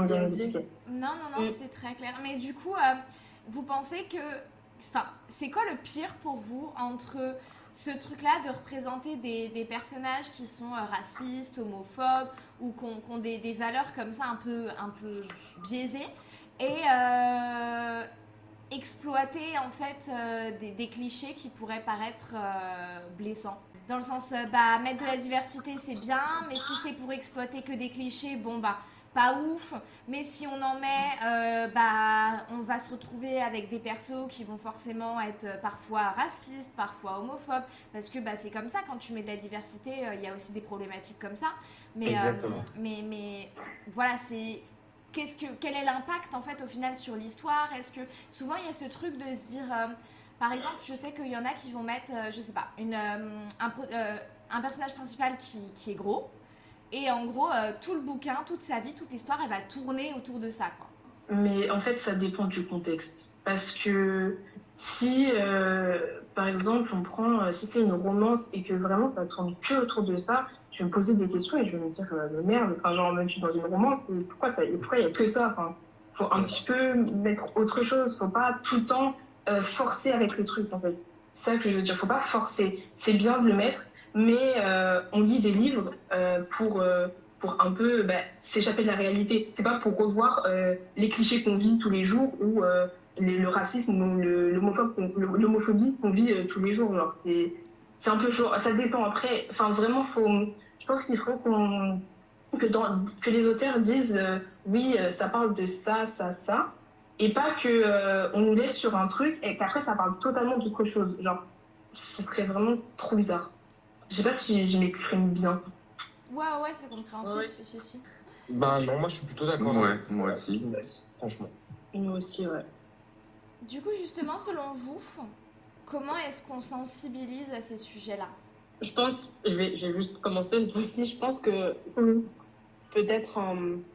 Non, non, non, c'est très clair. Mais du coup, euh, vous pensez que Enfin, c'est quoi le pire pour vous entre ce truc-là de représenter des, des personnages qui sont euh, racistes, homophobes ou qui ont, qui ont des, des valeurs comme ça un peu, un peu biaisées et euh, exploiter en fait euh, des, des clichés qui pourraient paraître euh, blessants? Dans le sens, euh, bah, mettre de la diversité c'est bien, mais si c'est pour exploiter que des clichés, bon bah... pas ouf, mais si on en met, euh, bah, on va se retrouver avec des persos qui vont forcément être parfois racistes, parfois homophobes, parce que bah, c'est comme ça, quand tu mets de la diversité, il euh, y a aussi des problématiques comme ça. Mais, Exactement. Euh, mais, mais voilà, c'est... Qu'est-ce que, quel est l'impact en fait au final sur l'histoire? Est-ce que souvent il y a ce truc de se dire, euh, par exemple, je sais qu'il y en a qui vont mettre, euh, je sais pas, une, euh, un, euh, un personnage principal qui, qui est gros. Et en gros, euh, tout le bouquin, toute sa vie, toute l'histoire, elle va tourner autour de ça, quoi. Mais en fait, ça dépend du contexte. Parce que si, euh, par exemple, on prend, euh, si c'est une romance et que vraiment ça tourne que autour de ça, je vais me poser des questions et je vais me dire, euh, mais merde, enfin, genre, même je suis dans une romance, et pourquoi ça, pourquoi il n'y a que ça? Enfin, faut un petit peu mettre autre chose. Faut pas tout le temps euh, forcer avec le truc, en fait. C'est ça que je veux dire. Faut pas forcer. C'est bien de le mettre. Mais euh, on lit des livres euh, pour, euh, pour un peu bah, s'échapper de la réalité. C'est pas pour revoir euh, les clichés qu'on vit tous les jours ou euh, les, le racisme ou le, l'homophobie qu'on vit euh, tous les jours. Genre, c'est, c'est un peu chaud. Ça dépend. Après, enfin, vraiment, faut, je pense qu'il faut qu'on, que, dans, que les auteurs disent euh, oui, ça parle de ça, ça, ça. Et pas qu'on euh, nous laisse sur un truc et qu'après ça parle totalement d'autre chose. Genre, ce serait vraiment trop bizarre. Je sais pas si je m'exprime bien. Ouais, ouais, c'est compréhensible, ouais. si, si, si. Bah non, moi je suis plutôt d'accord. Ouais, avec moi aussi. Franchement. Moi aussi, ouais. Du coup, justement, selon vous, comment est-ce qu'on sensibilise à ces sujets-là? Je pense, je vais, je vais juste commencer aussi, je pense que mmh. peut-être en,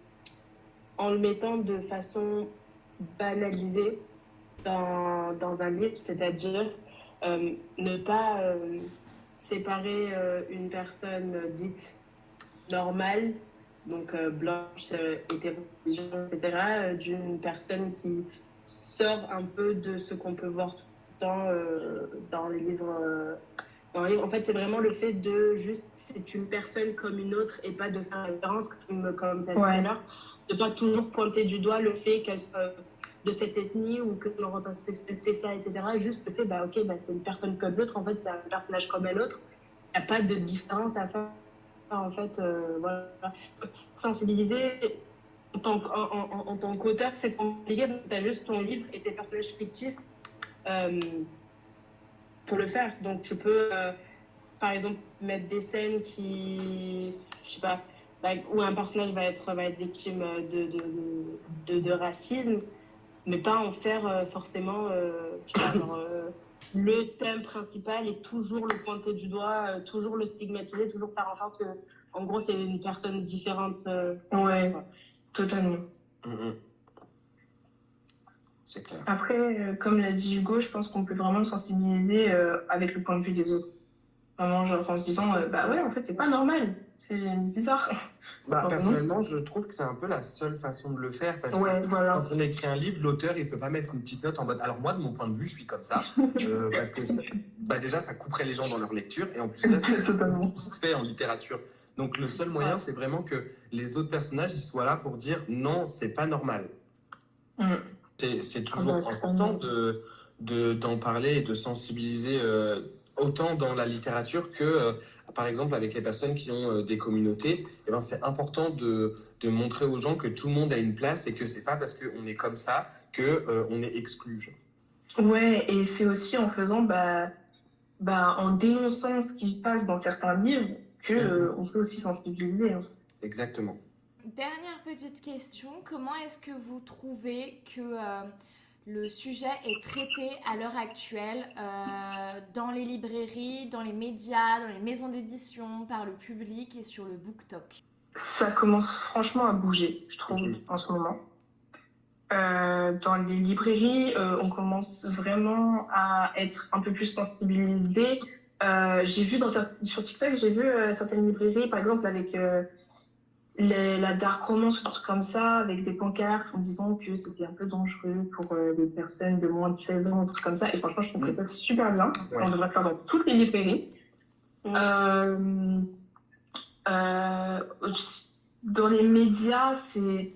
en le mettant de façon banalisée dans, dans un livre, c'est-à-dire euh, ne pas... Euh, séparer euh, une personne dite normale, donc euh, blanche, euh, hétérosexuelle, et cetera, euh, d'une personne qui sort un peu de ce qu'on peut voir tout le temps euh, dans les livres. Euh, dans les livres. En fait, c'est vraiment le fait de juste, c'est une personne comme une autre et pas de faire référence, comme, comme tu as dit tout à l'heure, de pas toujours pointer du doigt le fait qu'elle soit de cette ethnie ou que l'on représente c'est ça, et cetera. Juste le fait, bah, ok, bah, c'est une personne comme l'autre, en fait, c'est un personnage comme un autre. Il n'y a pas de différence à faire, en fait, euh, voilà. Sensibiliser en tant, qu'- en, en, en tant qu'auteur, c'est compliqué, tu as juste ton livre et tes personnages fictifs euh, pour le faire. Donc, tu peux, euh, par exemple, mettre des scènes qui, je sais pas, bah, où un personnage va être, va être victime de, de, de, de, de racisme, mais pas en faire euh, forcément euh, tu vois, genre, euh, le thème principal et toujours le pointer du doigt, euh, toujours le stigmatiser, toujours faire en sorte que, en gros, c'est une personne différente. Euh, Ouais, quoi. totalement. Mhm. C'est clair. Après, euh, comme l'a dit Hugo, je pense qu'on peut vraiment le sensibiliser euh, avec le point de vue des autres. Vraiment, genre en se disant, euh, bah ouais, en fait, c'est pas normal. C'est bizarre. Bah, Enfin, non. personnellement, je trouve que c'est un peu la seule façon de le faire parce que Ouais, voilà. quand on écrit un livre, l'auteur, il peut pas mettre une petite note en mode. Alors, moi, de mon point de vue, je suis comme ça. euh, parce que ça- bah, déjà, ça couperait les gens dans leur lecture. Et en plus, ça, c'est Totalement. ce qui se fait en littérature. Donc, le seul moyen, Ouais. c'est vraiment que les autres personnages, ils soient là pour dire non, c'est pas normal. Mm. C'est, c'est toujours Ah bah, important totalement. de, de, d'en parler et de sensibiliser euh, autant dans la littérature que, euh, par exemple, avec les personnes qui ont euh, des communautés. Eh ben, c'est important de, de montrer aux gens que tout le monde a une place et que c'est pas parce qu'on est comme ça qu'on euh, on est exclu. Genre. Ouais, et c'est aussi en faisant, bah, bah, en dénonçant ce qui se passe dans certains livres que euh, on peut aussi sensibiliser. Hein. Exactement. Dernière petite question, comment est-ce que vous trouvez que euh, le sujet est traité à l'heure actuelle euh, dans les librairies, dans les médias, dans les maisons d'édition, par le public et sur le BookTok? Ça commence franchement à bouger, je trouve, Mhm. en ce moment. Euh, dans les librairies, euh, on commence vraiment à être un peu plus sensibilisé. Euh, j'ai vu dans, cer- sur TikTok, j'ai vu euh, certaines librairies, par exemple avec euh, les- la dark romance ou des trucs comme ça, avec des pancartes en disant que c'était un peu dangereux pour euh, les personnes de moins de seize ans, des trucs comme ça. Et franchement, je trouve que ça c'est super bien. Ouais. On devrait le faire dans toutes les librairies. Mm. Euh, euh, dans les médias, c'est,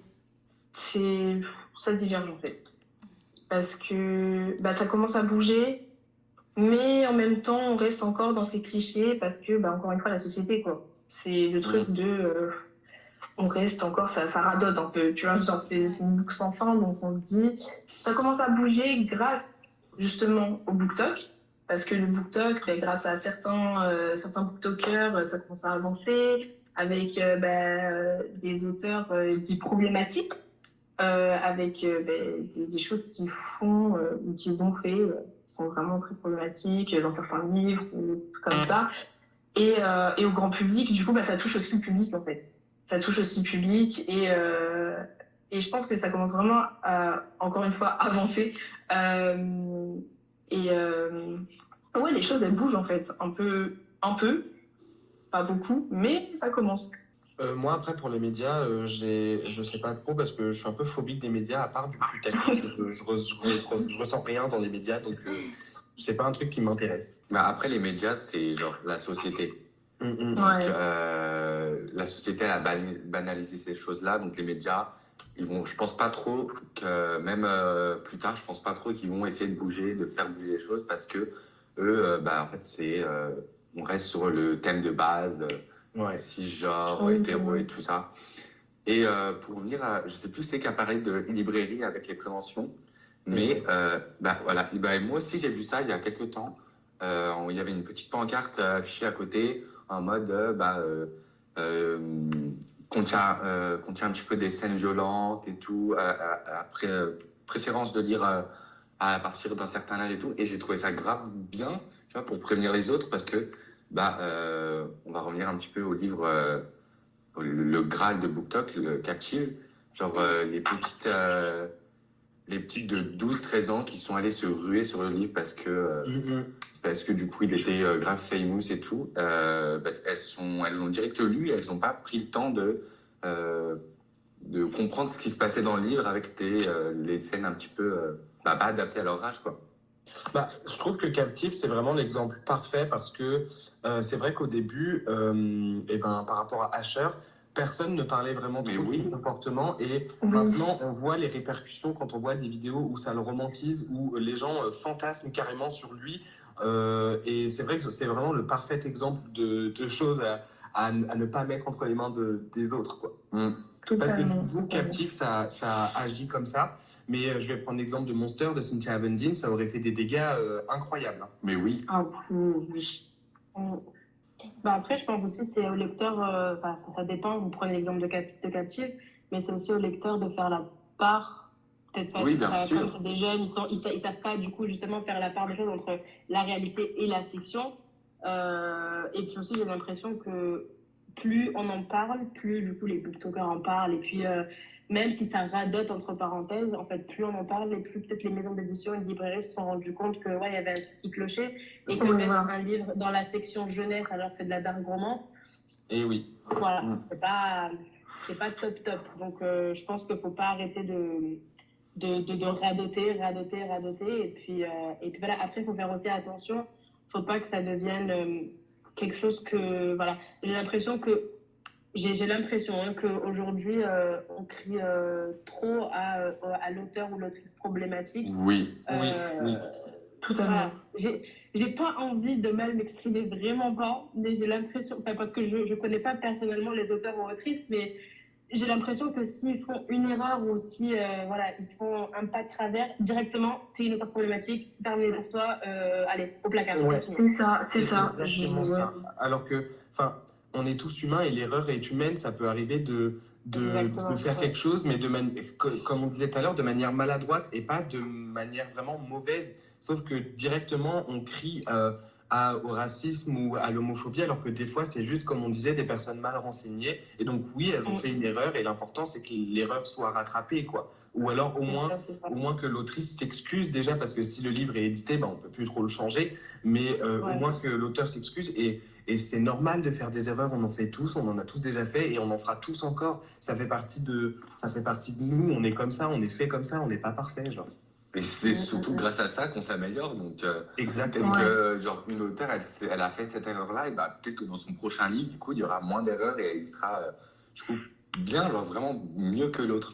c'est, ça diverge en fait. Parce que bah, ça commence à bouger, mais en même temps, on reste encore dans ces clichés parce que, bah, encore une fois, la société, quoi. C'est le truc de. euh, on reste encore, ça, ça radote un peu, tu vois, genre c'est c'est une boucle sans fin, donc on se dit. Ça commence à bouger grâce justement au BookTok, parce que le BookTok, bah, grâce à certains, euh, certains BookTokers, euh, ça commence à avancer avec euh, bah, euh, des auteurs euh, dits problématiques. Euh, avec euh, ben, des, des choses qu'ils font euh, ou qu'ils ont fait euh, qui sont vraiment très problématiques euh, dans certains livres ou des trucs comme ça. Et, euh, et au grand public, du coup, bah, ça touche aussi le public en fait. Ça touche aussi le public et, euh, et je pense que ça commence vraiment à, encore une fois, avancer. Euh, et euh, ouais, les choses elles bougent en fait, un peu, un peu, pas beaucoup, mais ça commence. Euh, moi, après, pour les médias, euh, j'ai, je sais pas trop parce que je suis un peu phobique des médias, à part du putaclic. je, je, re- je, re- je ressens rien dans les médias, donc euh, c'est pas un truc qui m'intéresse. Bah, après, les médias, c'est genre la société. Mm, mm. Donc, Ouais. euh, la société a ban- banalisé ces choses-là. Donc, les médias, ils vont, je pense pas trop que, même euh, plus tard, je pense pas trop qu'ils vont essayer de bouger, de faire bouger les choses parce que eux, euh, bah, en fait, c'est, euh, on reste sur le thème de base, euh, Ouais. cisgenre, Oui, hétéro oui. et tout ça. Et euh, pour revenir à, je sais plus c'est qu'à parler de librairie avec les préventions, mais euh, bah voilà, et bah, moi aussi j'ai vu ça il y a quelques temps. Euh, il y avait une petite pancarte euh, affichée à côté en mode euh, bah euh, euh, contient euh, contient un petit peu des scènes violentes et tout. euh, euh, après euh, préférence de lire euh, à partir d'un certain âge et tout. Et j'ai trouvé ça grave bien, tu vois, pour prévenir les autres parce que bah euh, on va revenir un petit peu au livre. Euh, le, le Graal de BookTok, le Captive, genre euh, les petites euh, les petites de douze treize ans qui sont allées se ruer sur le livre parce que euh, Mm, mm. parce que du coup il était euh, grave famous et tout. Euh, bah, elles sont elles l'ont direct lu et elles n'ont pas pris le temps de euh, de comprendre ce qui se passait dans le livre avec des euh, les scènes un petit peu euh, bah, pas adaptées à leur âge quoi. Bah, je trouve que Captive, c'est vraiment l'exemple parfait parce que euh, c'est vrai qu'au début, euh, eh ben, par rapport à Asher, personne ne parlait vraiment Mais trop de oui. son comportement et Oui. maintenant on voit les répercussions quand on voit des vidéos où ça le romantise, où les gens euh, fantasment carrément sur lui. Euh, et c'est vrai que c'est vraiment le parfait exemple de, de choses à, à, à ne pas mettre entre les mains de, des autres, quoi. Mm. Parce que Totalement. vous, totalement. captif, ça, ça agit comme ça. Mais euh, je vais prendre l'exemple de Monster de Cynthia Abendin, ça aurait fait des dégâts euh, incroyables. hein. Mais oui. Ah, oui. Mm. Bah après, je pense aussi c'est au lecteur, euh, enfin, ça dépend, vous prenez l'exemple de, cap- de captive, mais c'est aussi au lecteur de faire la part, peut-être pas, Oui, bien ça, sûr. comme c'est des jeunes, ils, sont, ils, sa- ils savent pas du coup justement faire la part des choses entre la réalité et la fiction. Euh, et puis aussi, j'ai l'impression que plus on en parle, plus du coup les booktokers en parlent, et puis euh, même si ça radote entre parenthèses, en fait, plus on en parle, et plus peut-être les maisons d'édition et les librairies se sont rendus compte que ouais, il y avait un truc qui clochait. Et que Oui, mettre voilà. un livre dans la section jeunesse alors que c'est de la dark romance, Et oui. voilà, Mm. c'est pas, c'est pas top top. Donc euh, je pense qu'il faut pas arrêter de, de, de, de radoter, radoter, radoter. Et puis, euh, et puis voilà, après, il faut faire aussi attention. Faut pas que ça devienne euh, quelque chose que, voilà, j'ai l'impression que, j'ai, j'ai l'impression hein, qu'aujourd'hui, euh, on crie euh, trop à, euh, à l'auteur ou l'autrice problématique. Oui. Oui, Euh, oui. Totalement. voilà. J'ai, j'ai pas envie de mal m'exprimer, vraiment pas, mais j'ai l'impression, enfin, parce que je, je connais pas personnellement les auteurs ou autrices, mais j'ai l'impression que s'ils font une erreur ou si euh, voilà, ils font un pas de travers, directement, t'es une auteure problématique, c'est terminé pour toi, euh, allez, au placard. Ouais. c'est fini. C'est ça, c'est C'est ça. exactement Je- ça. Alors que, enfin, on est tous humains et l'erreur est humaine, ça peut arriver de, de, Exactement, de faire ouais. quelque chose, mais de mani- co- comme on disait tout à l'heure, de manière maladroite et pas de manière vraiment mauvaise. Sauf que directement, on crie euh, à, au racisme ou à l'homophobie, alors que des fois, c'est juste, comme on disait, des personnes mal renseignées. Et donc, oui, elles ont Mm. fait une erreur et l'important, c'est que l'erreur soit rattrapée, quoi. Ou alors, au C'est moins, ça, c'est ça. au moins que l'autrice s'excuse déjà, parce que si le livre est édité, ben, on peut plus trop le changer. Mais euh, Ouais. au moins que l'auteur s'excuse. Et, et c'est normal de faire des erreurs, on en fait tous, on en a tous déjà fait et on en fera tous encore. Ça fait partie de, ça fait partie de nous, on est comme ça, on est fait comme ça, on n'est pas parfait, genre. Et c'est Mm, surtout mm, mm. grâce à ça qu'on s'améliore. Donc, euh, Exactement. peut-être que, genre, une auteure, elle, s'est- elle a fait cette erreur-là, et bah, peut-être que dans son prochain livre, du coup, il y aura moins d'erreurs et il sera, euh, je trouve, bien, genre, vraiment mieux que l'autre.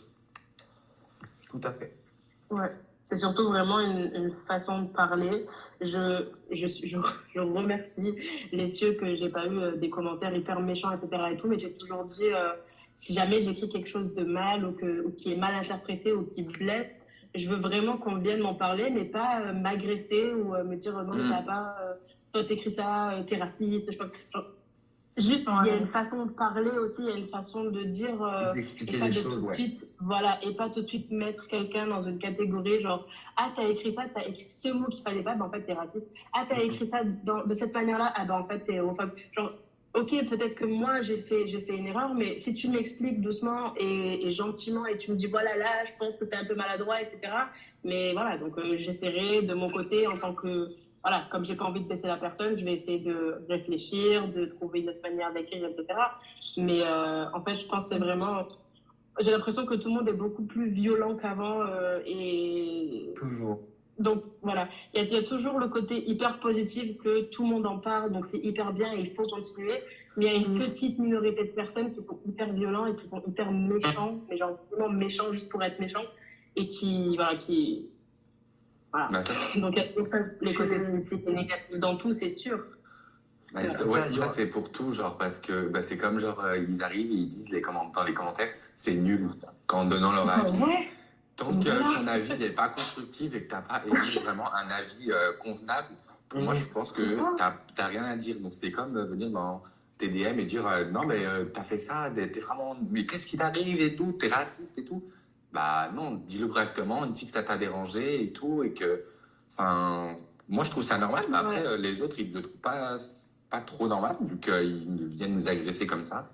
Tout à fait. Ouais, c'est surtout vraiment une, une façon de parler. Je, je, suis- je, je remercie les cieux que j'ai pas eu euh, des commentaires hyper méchants, et cetera et tout, mais j'ai toujours dit, euh, si jamais j'écris quelque chose de mal ou, que, ou qui est mal interprété ou qui blesse, je veux vraiment qu'on vienne m'en parler, mais pas euh, m'agresser ou euh, me dire, euh, non, mais Mm. ça va pas, euh, toi t'écris ça, euh, t'es raciste, je sais pas. Genre, juste, il y a Ouais. une façon de parler aussi, il y a une façon de dire. euh, et D'expliquer pas les de choses, tout de ouais. suite, voilà, et pas tout de suite mettre quelqu'un dans une catégorie genre ah t'as écrit ça, t'as écrit ce mot qu'il fallait pas, ben en fait t'es raciste. Ah t'as écrit ça dans- de cette manière-là, ah ben en fait t'es homophobe. Genre ok peut-être que moi j'ai fait j'ai fait une erreur, mais si tu m'expliques doucement et, et gentiment et tu me dis voilà là je pense que c'est un peu maladroit, et cetera. Mais voilà donc euh, j'essaierai de mon côté en tant que voilà, comme j'ai pas envie de baisser la personne, je vais essayer de réfléchir, de trouver une autre manière d'écrire, et cetera. Mais euh, en fait, je pense que c'est vraiment. J'ai l'impression que tout le monde est beaucoup plus violent qu'avant. euh, et Toujours. donc, voilà. Il y, a- il y a toujours le côté hyper positif que tout le monde en parle, donc c'est hyper bien et il faut continuer. Mais il y a une Mm. petite minorité de personnes qui sont hyper violents et qui sont hyper méchants, mais genre vraiment méchants juste pour être méchants. Et qui. Voilà, qui. Voilà. Bah, ça, c'est- Donc, il y a les côtés positifs et négatifs dans tout, c'est sûr. ouais, ça, Ça, ouais, il y ça, aura- c'est pour tout, genre, parce que bah, c'est comme, genre, euh, ils arrivent et ils disent les comment- dans les commentaires, c'est nul, en donnant leur avis. Ouais. Tant que Voilà. ton avis n'est pas constructif et que tu n'as pas émis vraiment un avis euh, convenable, pour moi, je pense que tu n'as rien à dire. Donc, c'est comme euh, venir dans tes D M et dire euh, non, mais euh, tu as fait ça, t'es vraiment. Mais qu'est-ce qui t'arrive et tout, t'es raciste et tout. Bah non, dis-le correctement, dis que ça t'a dérangé et tout. Et que. Enfin, moi, je trouve ça normal, mais après, Ouais. euh, les autres, ils ne le trouvent pas, pas trop normal, vu qu'ils viennent nous agresser comme ça.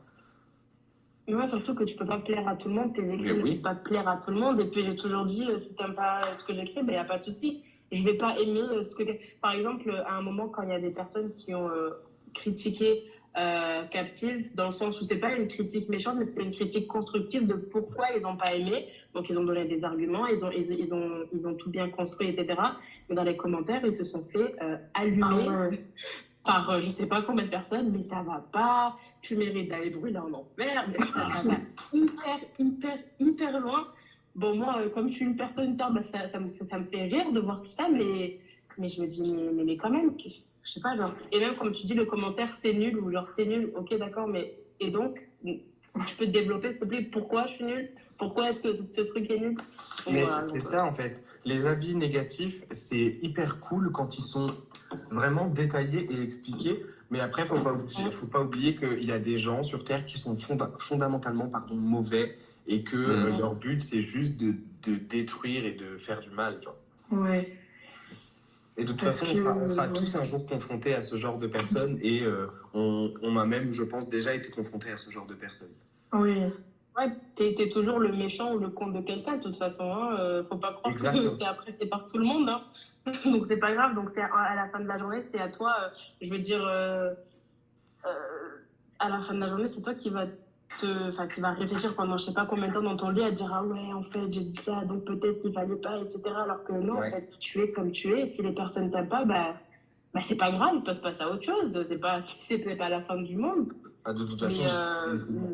Mais ouais, surtout que tu peux pas plaire à tout le monde, tes écrits Mais ne oui. peuvent pas plaire à tout le monde. Et puis j'ai toujours dit, euh, si t'aimes pas euh, ce que j'écris, ben y a pas de souci. Je vais pas aimer euh, ce que. Par exemple, à un moment, quand il y a des personnes qui ont euh, critiqué euh, Captive, dans le sens où c'est pas une critique méchante, mais c'était une critique constructive de pourquoi ils ont pas aimé. Donc ils ont donné des arguments, ils ont, ils, ils ont, ils ont tout bien construit, et cetera. Mais dans les commentaires, ils se sont fait euh, allumer. Ah ouais. Par euh, je sais pas combien de personnes, mais ça va pas, tu mérites d'aller brûler en enfer, mais ça, ça va hyper, hyper, hyper loin. Bon, moi, euh, comme je suis une personne tierce, bah, ça, ça, me, ça, ça me fait rire de voir tout ça, mais, mais je me dis, mais, mais, mais quand même, que- je sais pas, genre. Et même, comme tu dis, le commentaire, c'est nul, ou genre, c'est nul, ok, d'accord, mais. Et donc, tu peux te développer, s'il te plaît, pourquoi je suis nul? Pourquoi est-ce que ce, ce truc est nul? Donc, Mais voilà, c'est donc, ça en fait. Les avis négatifs, c'est hyper cool quand ils sont vraiment détaillés et expliqués. Mais après, faut pas oublier, faut pas oublier qu'il y a des gens sur Terre qui sont fonda- fondamentalement pardon, mauvais et que euh, Mhm. leur but c'est juste de, de détruire et de faire du mal. Genre. Ouais. Et de toute Parce façon, on que, sera, on sera ouais. tous un jour confrontés à ce genre de personnes et euh, on, on a même, je pense, déjà été confrontés à ce genre de personnes. Oui. ouais, t'es, t'es toujours le méchant ou le con de quelqu'un, de toute façon. Hein. Euh, faut pas croire Exactement. que t'es apprécié par tout le monde. Hein. Donc, c'est pas grave. Donc, c'est à, à la fin de la journée, c'est à toi. euh, je veux dire, euh, euh, à la fin de la journée, c'est toi qui vas te, enfin, qui va réfléchir pendant je sais pas combien de temps dans ton lit à dire ah ouais, en fait, j'ai dit ça, donc peut-être qu'il fallait pas, et cetera. Alors que non, Ouais. en fait, tu es comme tu es. Si les personnes t'aiment pas, bah, bah c'est pas grave, ils peuvent se passer à autre chose. C'est pas, c'est pas la fin du monde. Ah, de toute Mais façon, euh,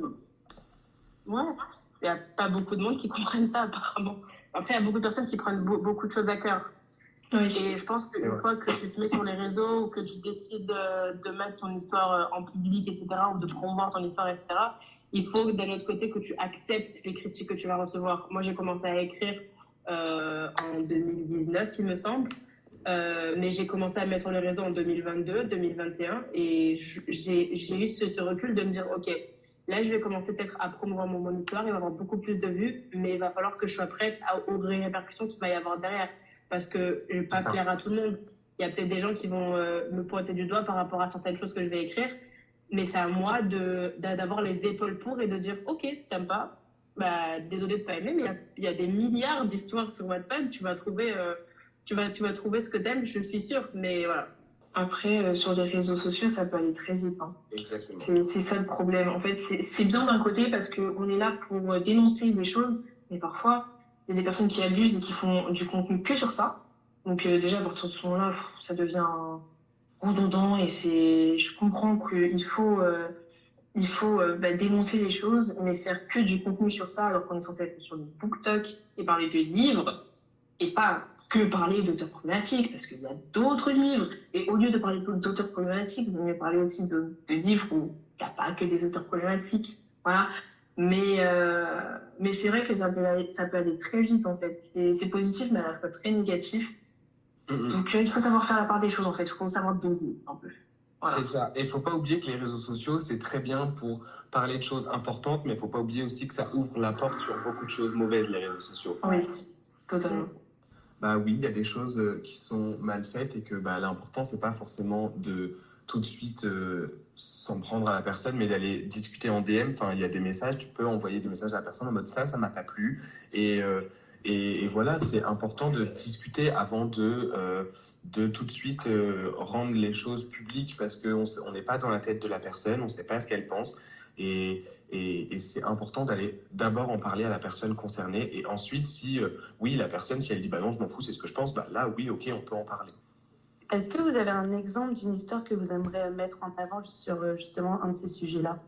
ouais, il n'y a pas beaucoup de monde qui comprennent ça, apparemment. Après, il y a beaucoup de personnes qui prennent beau- beaucoup de choses à cœur. Oui. Et je pense Et qu'une ouais. fois que tu te mets sur les réseaux ou que tu décides de, de mettre ton histoire euh, en public, et cetera, ou de promouvoir ton histoire, et cetera, il faut d'un autre côté que tu acceptes les critiques que tu vas recevoir. Moi, j'ai commencé à écrire euh, en deux mille dix-neuf, il me semble. Euh, mais j'ai commencé à mettre sur les réseaux en deux mille vingt-deux, deux mille vingt et un, et je- j'ai j'ai eu ce, ce recul de me dire, ok, là je vais commencer peut-être à promouvoir mon, mon histoire, il va y avoir beaucoup plus de vues, mais il va falloir que je sois prête à, aux répercussions qu'il va y avoir derrière, parce que je ne vais pas C'est ça. plaire à tout le monde. Il y a peut-être des gens qui vont euh, me pointer du doigt par rapport à certaines choses que je vais écrire, mais c'est à moi de, d'avoir les épaules pour et de dire, ok, t'aimes pas, bah, désolé de pas aimer, mais il y a, il y a des milliards d'histoires sur Wattpad, tu vas trouver... Euh, tu vas, tu vas trouver ce que t'aimes, je suis sûre, mais voilà. Après, euh, sur les réseaux sociaux, ça peut aller très vite. Hein. Exactement. C'est c'est ça le problème. En fait, c'est c'est bien d'un côté parce qu'on est là pour euh, dénoncer des choses, mais parfois, il y a des personnes qui abusent et qui font du contenu que sur ça. Donc euh, déjà, à partir de ce moment-là, pff, ça devient redondant et c'est. Je comprends qu'il faut, euh, il faut euh, bah, dénoncer les choses, mais faire que du contenu sur ça alors qu'on est censé être sur le BookTok et parler de livres et pas que parler d'auteurs problématiques, parce qu'il y a d'autres livres. Et au lieu de parler d'auteurs problématiques, vous mieux parler aussi de, de livres où il n'y a pas que des auteurs problématiques. Voilà. Mais, euh, mais c'est vrai que ça peut aller, ça peut aller très vite, en fait. C'est c'est positif, mais à la fois très négatif. Mm-mm. Donc, euh, il faut savoir faire la part des choses, en fait. Il faut savoir doser un peu. Voilà. C'est ça. Et il faut pas oublier que les réseaux sociaux, c'est très bien pour parler de choses importantes, mais il faut pas oublier aussi que ça ouvre la porte sur beaucoup de choses mauvaises, les réseaux sociaux. Oui, totalement. Bah oui, il y a des choses euh, qui sont mal faites et que bah, l'important, c'est pas forcément de tout de suite euh, s'en prendre à la personne, mais d'aller discuter en D M. Enfin, il y a des messages, tu peux envoyer des messages à la personne en mode ça, ça m'a pas plu. Et, euh, et, et voilà, c'est important de discuter avant de, euh, de tout de suite euh, rendre les choses publiques parce qu'on on n'est pas dans la tête de la personne, on sait pas ce qu'elle pense. Et, et, et c'est important d'aller d'abord en parler à la personne concernée et ensuite, si euh, oui, la personne, si elle dit bah non, je m'en fous, c'est ce que je pense, bah là, oui, ok, on peut en parler. Est-ce que vous avez un exemple d'une histoire que vous aimeriez mettre en avant sur euh, justement un de ces sujets-là?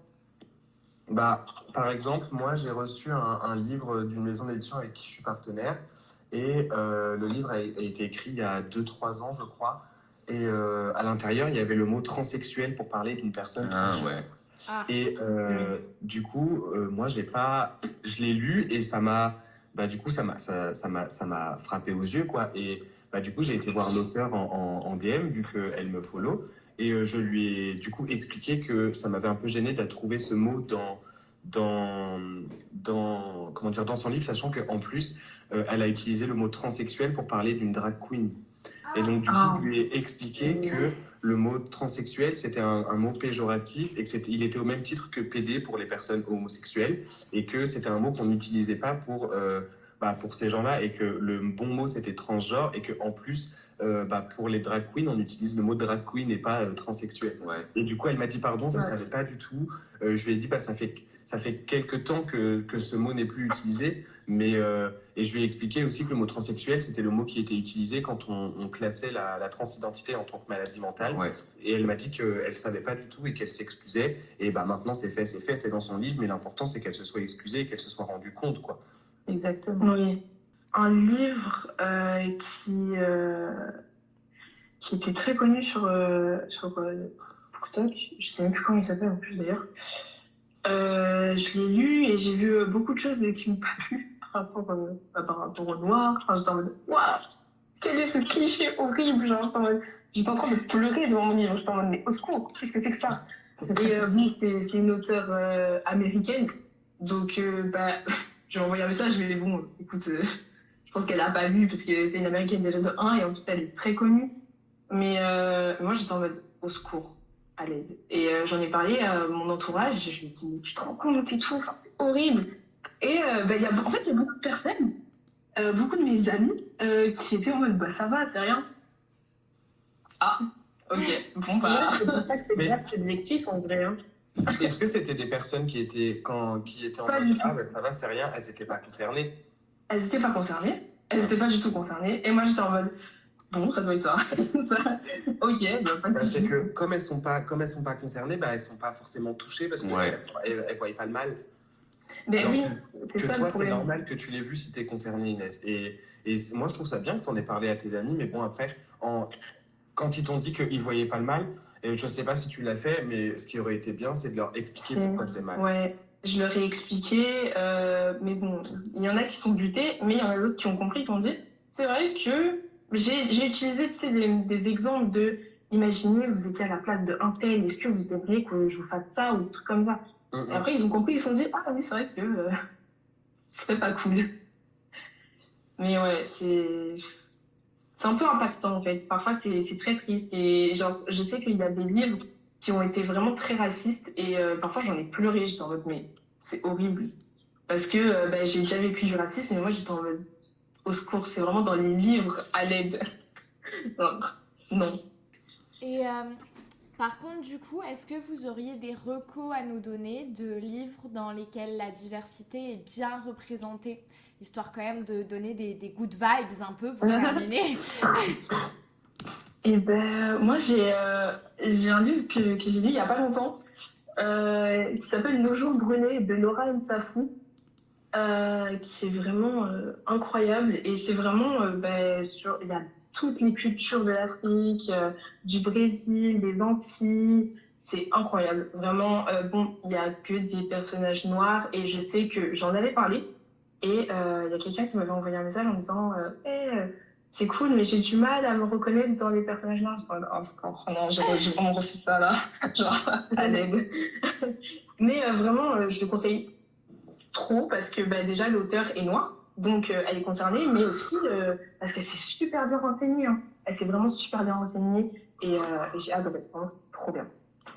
Bah, par exemple, moi, j'ai reçu un, un livre d'une maison d'édition avec qui je suis partenaire et euh, le livre a, a été écrit il y a deux trois ans, je crois. Et euh, à l'intérieur, il y avait le mot transsexuel pour parler d'une personne Ah transgenre. ouais. Ah. Et euh, du coup, euh, moi, j'ai pas, je l'ai lu et ça m'a, bah du coup, ça m'a, ça, ça m'a, ça m'a frappé aux yeux, quoi. Et bah du coup, j'ai été voir l'auteur en, en, en D M vu qu'elle me follow et euh, je lui ai du coup expliqué que ça m'avait un peu gêné de trouver ce mot dans, dans, dans, comment dire, dans son livre, sachant qu'en plus, euh, elle a utilisé le mot transsexuel pour parler d'une drag queen. Et donc, du coup, Ah. je lui ai expliqué que le mot transsexuel, c'était un, un mot péjoratif et que c'était, il était au même titre que P D pour les personnes homosexuelles et que c'était un mot qu'on n'utilisait pas pour, euh, bah, pour ces gens-là et que le bon mot c'était transgenre et que en plus euh, bah, pour les drag queens on utilise le mot drag queen et pas euh, transsexuel. Ouais. Et du coup elle m'a dit pardon, je ne Ouais. savais pas du tout. Euh, je lui ai dit bah ça fait ça fait quelques temps que, que ce mot n'est plus utilisé, mais euh, et je lui ai expliqué aussi que le mot transsexuel c'était le mot qui était utilisé quand on, on classait la, la transidentité en tant que maladie mentale. Ouais. Et elle m'a dit qu'elle savait pas du tout et qu'elle s'excusait. Et bah maintenant c'est fait, c'est fait, c'est dans son livre, mais l'important c'est qu'elle se soit excusée et qu'elle se soit rendue compte quoi. Exactement. Oui. Un livre euh, qui, euh, qui était très connu sur, euh, sur euh, BookTok, je sais même plus comment il s'appelle en plus d'ailleurs. Euh, je l'ai lu et j'ai vu euh, beaucoup de choses qui m'ont pas plu par rapport, euh, bah, par rapport au noir. Enfin, j'étais en mode, waouh, quel est ce cliché horrible, genre, j'étais en mode- j'étais en train de pleurer devant mon livre, j'étais en mode, mais au secours, qu'est-ce que c'est que ça? Et euh, bon, c'est c'est une auteure euh, américaine, donc euh, bah, je lui ai envoyé un message, mais bon, écoute, euh, je pense qu'elle a pas vu parce que c'est une américaine déjà de un et en plus elle est très connue. Mais euh, moi j'étais en mode au secours, à l'aide. Et euh, j'en ai parlé à mon entourage, je lui ai dit, tu te rends compte et tout, enfin, c'est horrible. Et euh, bah, y a, en fait, il y a beaucoup de personnes, euh, beaucoup de mes amis euh, qui étaient en mode bah ça va, c'est rien. Ah, ok, bon bah. Ouais, c'est pour ça que c'est Mais- grave subjectif en vrai. Hein. Est-ce que c'était des personnes qui étaient, quand, qui étaient en Pas mode du tout. ah ben ça va, c'est rien, elles n'étaient pas concernées? Elles n'étaient pas concernées. Elles n'étaient pas du tout concernées. Et moi, j'étais en mode, bon, ça doit être ça. Ça, ok, il n'y a pas de Bah, c'est souci. que comme elles sont pas, comme elles sont pas concernées, bah, elles sont pas forcément touchées parce qu'elles Ouais. elles, elles voyaient pas le mal. Mais Alors oui, que, c'est que ça toi, le c'est problème. normal que tu l'aies vu si tu es concerné, Inès. Et, et moi, je trouve ça bien que tu en aies parlé à tes amis, mais bon, après, en, quand ils t'ont dit qu'ils voyaient pas le mal, et je sais pas si tu l'as fait, mais ce qui aurait été bien, c'est de leur expliquer Si. pourquoi c'est mal. Ouais, je leur ai expliqué, euh, mais bon, il y en a qui sont butés, mais il y en a d'autres qui ont compris, qui ont dit, c'est vrai que j'ai j'ai utilisé tu sais, des, des exemples de, imaginez, vous étiez à la place de un tel, est-ce que vous aimeriez que je vous fasse ça ou tout comme ça. Hum, Et hum. après, ils ont compris, ils se sont dit, ah oui, c'est vrai que euh, c'était pas cool. Mais ouais, c'est c'est un peu impactant en fait. Parfois, c'est c'est très triste. Et genre, je sais qu'il y a des livres qui ont été vraiment très racistes et euh, parfois j'en ai pleuré. J'étais en mode, mais c'est horrible. Parce que euh, bah, j'ai déjà vécu du racisme et moi j'étais en mode, au secours, c'est vraiment dans les livres, à l'aide. Non. non. Et euh, par contre, du coup, est-ce que vous auriez des recos à nous donner de livres dans lesquels la diversité est bien représentée, histoire quand même de donner des, des good vibes un peu pour terminer? Et ben, moi j'ai euh, j'ai un livre que, que j'ai lu il y a pas longtemps euh, qui s'appelle Nos jours brûlés de Nora Nsafou. Euh, qui est vraiment euh, incroyable et c'est vraiment euh, ben, sur il y a toutes les cultures de l'Afrique, euh, du Brésil, des Antilles, c'est incroyable vraiment. Euh, bon, il y a que des personnages noirs et je sais que j'en avais parlé et euh, il y a quelqu'un qui m'avait envoyé un message en disant euh, hey, euh, c'est cool mais j'ai du mal à me reconnaître dans les personnages noirs. Je me dis, oh, oh, non, j'ai j'ai vraiment reçu ça là, genre à l'aide. Mais euh, vraiment, euh, je le conseille trop parce que bah, déjà l'auteur est noire, donc euh, elle est concernée, mais aussi euh, parce qu'elle s'est super bien renseignée. Hein. Elle s'est vraiment super bien renseignée et, euh, et j'ai adoré. Vraiment, c'est trop bien.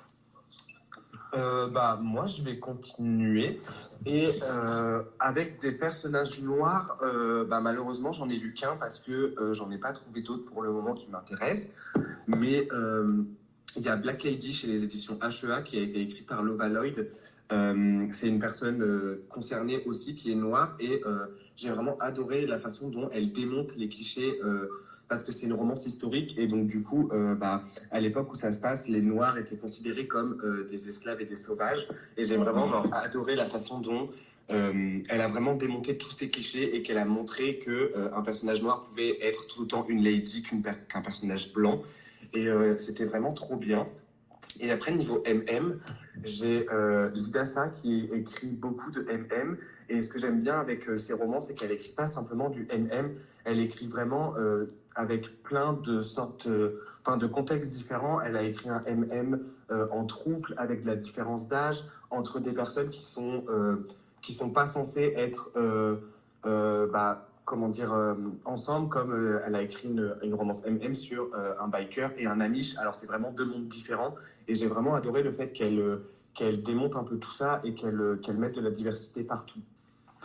Euh, bah, moi, je vais continuer. Et euh, avec des personnages noirs, euh, bah, malheureusement, j'en ai lu qu'un parce que euh, j'en ai pas trouvé d'autres pour le moment qui m'intéressent. Mais euh, il y a Black Lady chez les éditions H E A qui a été écrit par Lova Lloyd. Euh, c'est une personne euh, concernée aussi qui est noire et euh, j'ai vraiment adoré la façon dont elle démonte les clichés euh, parce que c'est une romance historique et donc du coup, euh, bah, à l'époque où ça se passe, les Noirs étaient considérés comme euh, des esclaves et des sauvages et j'ai vraiment genre, adoré la façon dont euh, elle a vraiment démonté tous ces clichés et qu'elle a montré que euh, un personnage noir pouvait être tout autant une lady qu'une per- qu'un personnage blanc et euh, c'était vraiment trop bien. Et après, niveau M M, j'ai euh, Lidassa qui écrit beaucoup de M M. Et ce que j'aime bien avec euh, ses romans, c'est qu'elle écrit pas simplement du M M, elle écrit vraiment euh, avec plein de sortes, enfin euh, de contextes différents. Elle a écrit un M M euh, en trouble avec de la différence d'âge entre des personnes qui sont euh, qui sont pas censées être euh, euh, bah, comment dire, euh, ensemble, comme euh, elle a écrit une, une romance M M sur euh, un biker et un amish. Alors, c'est vraiment deux mondes différents. Et j'ai vraiment adoré le fait qu'elle euh, qu'elle démonte un peu tout ça et qu'elle euh, qu'elle mette de la diversité partout.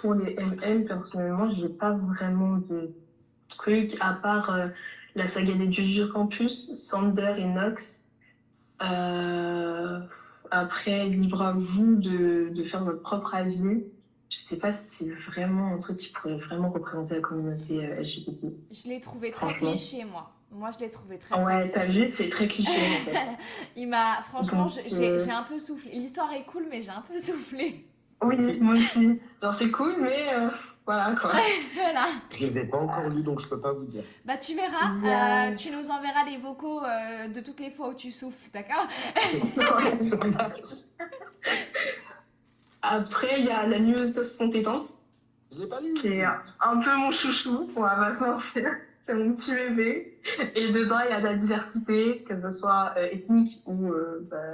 pour les M M, personnellement, j'ai pas vraiment de trucs, à part euh, la saga des dieux du campus, Sander et Nox. Euh, Après, libre à vous de, de faire votre propre avis. Je sais pas si c'est vraiment un truc qui pourrait vraiment représenter la communauté euh, L G B T. Je l'ai trouvé très Franchement. cliché, moi. Moi, je l'ai trouvé très, très Ouais, t'as cliché. vu, c'est très cliché en fait. Il m'a... Franchement, Donc, je- j'ai euh, j'ai un peu soufflé. L'histoire est cool, mais j'ai un peu soufflé. Oui, moi aussi. Genre, c'est cool, mais euh, voilà quoi. Voilà. Je les ai pas encore lus, donc je peux pas vous dire. Bah, tu verras. Il y a- euh, tu nous enverras les vocaux euh, de toutes les fois où tu souffles, d'accord? Ça marche. Après, il y a la news compétente, Je l'ai pas lu. qui est un peu mon chouchou, on va pas se mentir. C'est mon petit bébé. Et dedans, il y a de la diversité, que ce soit euh, ethnique ou euh, bah,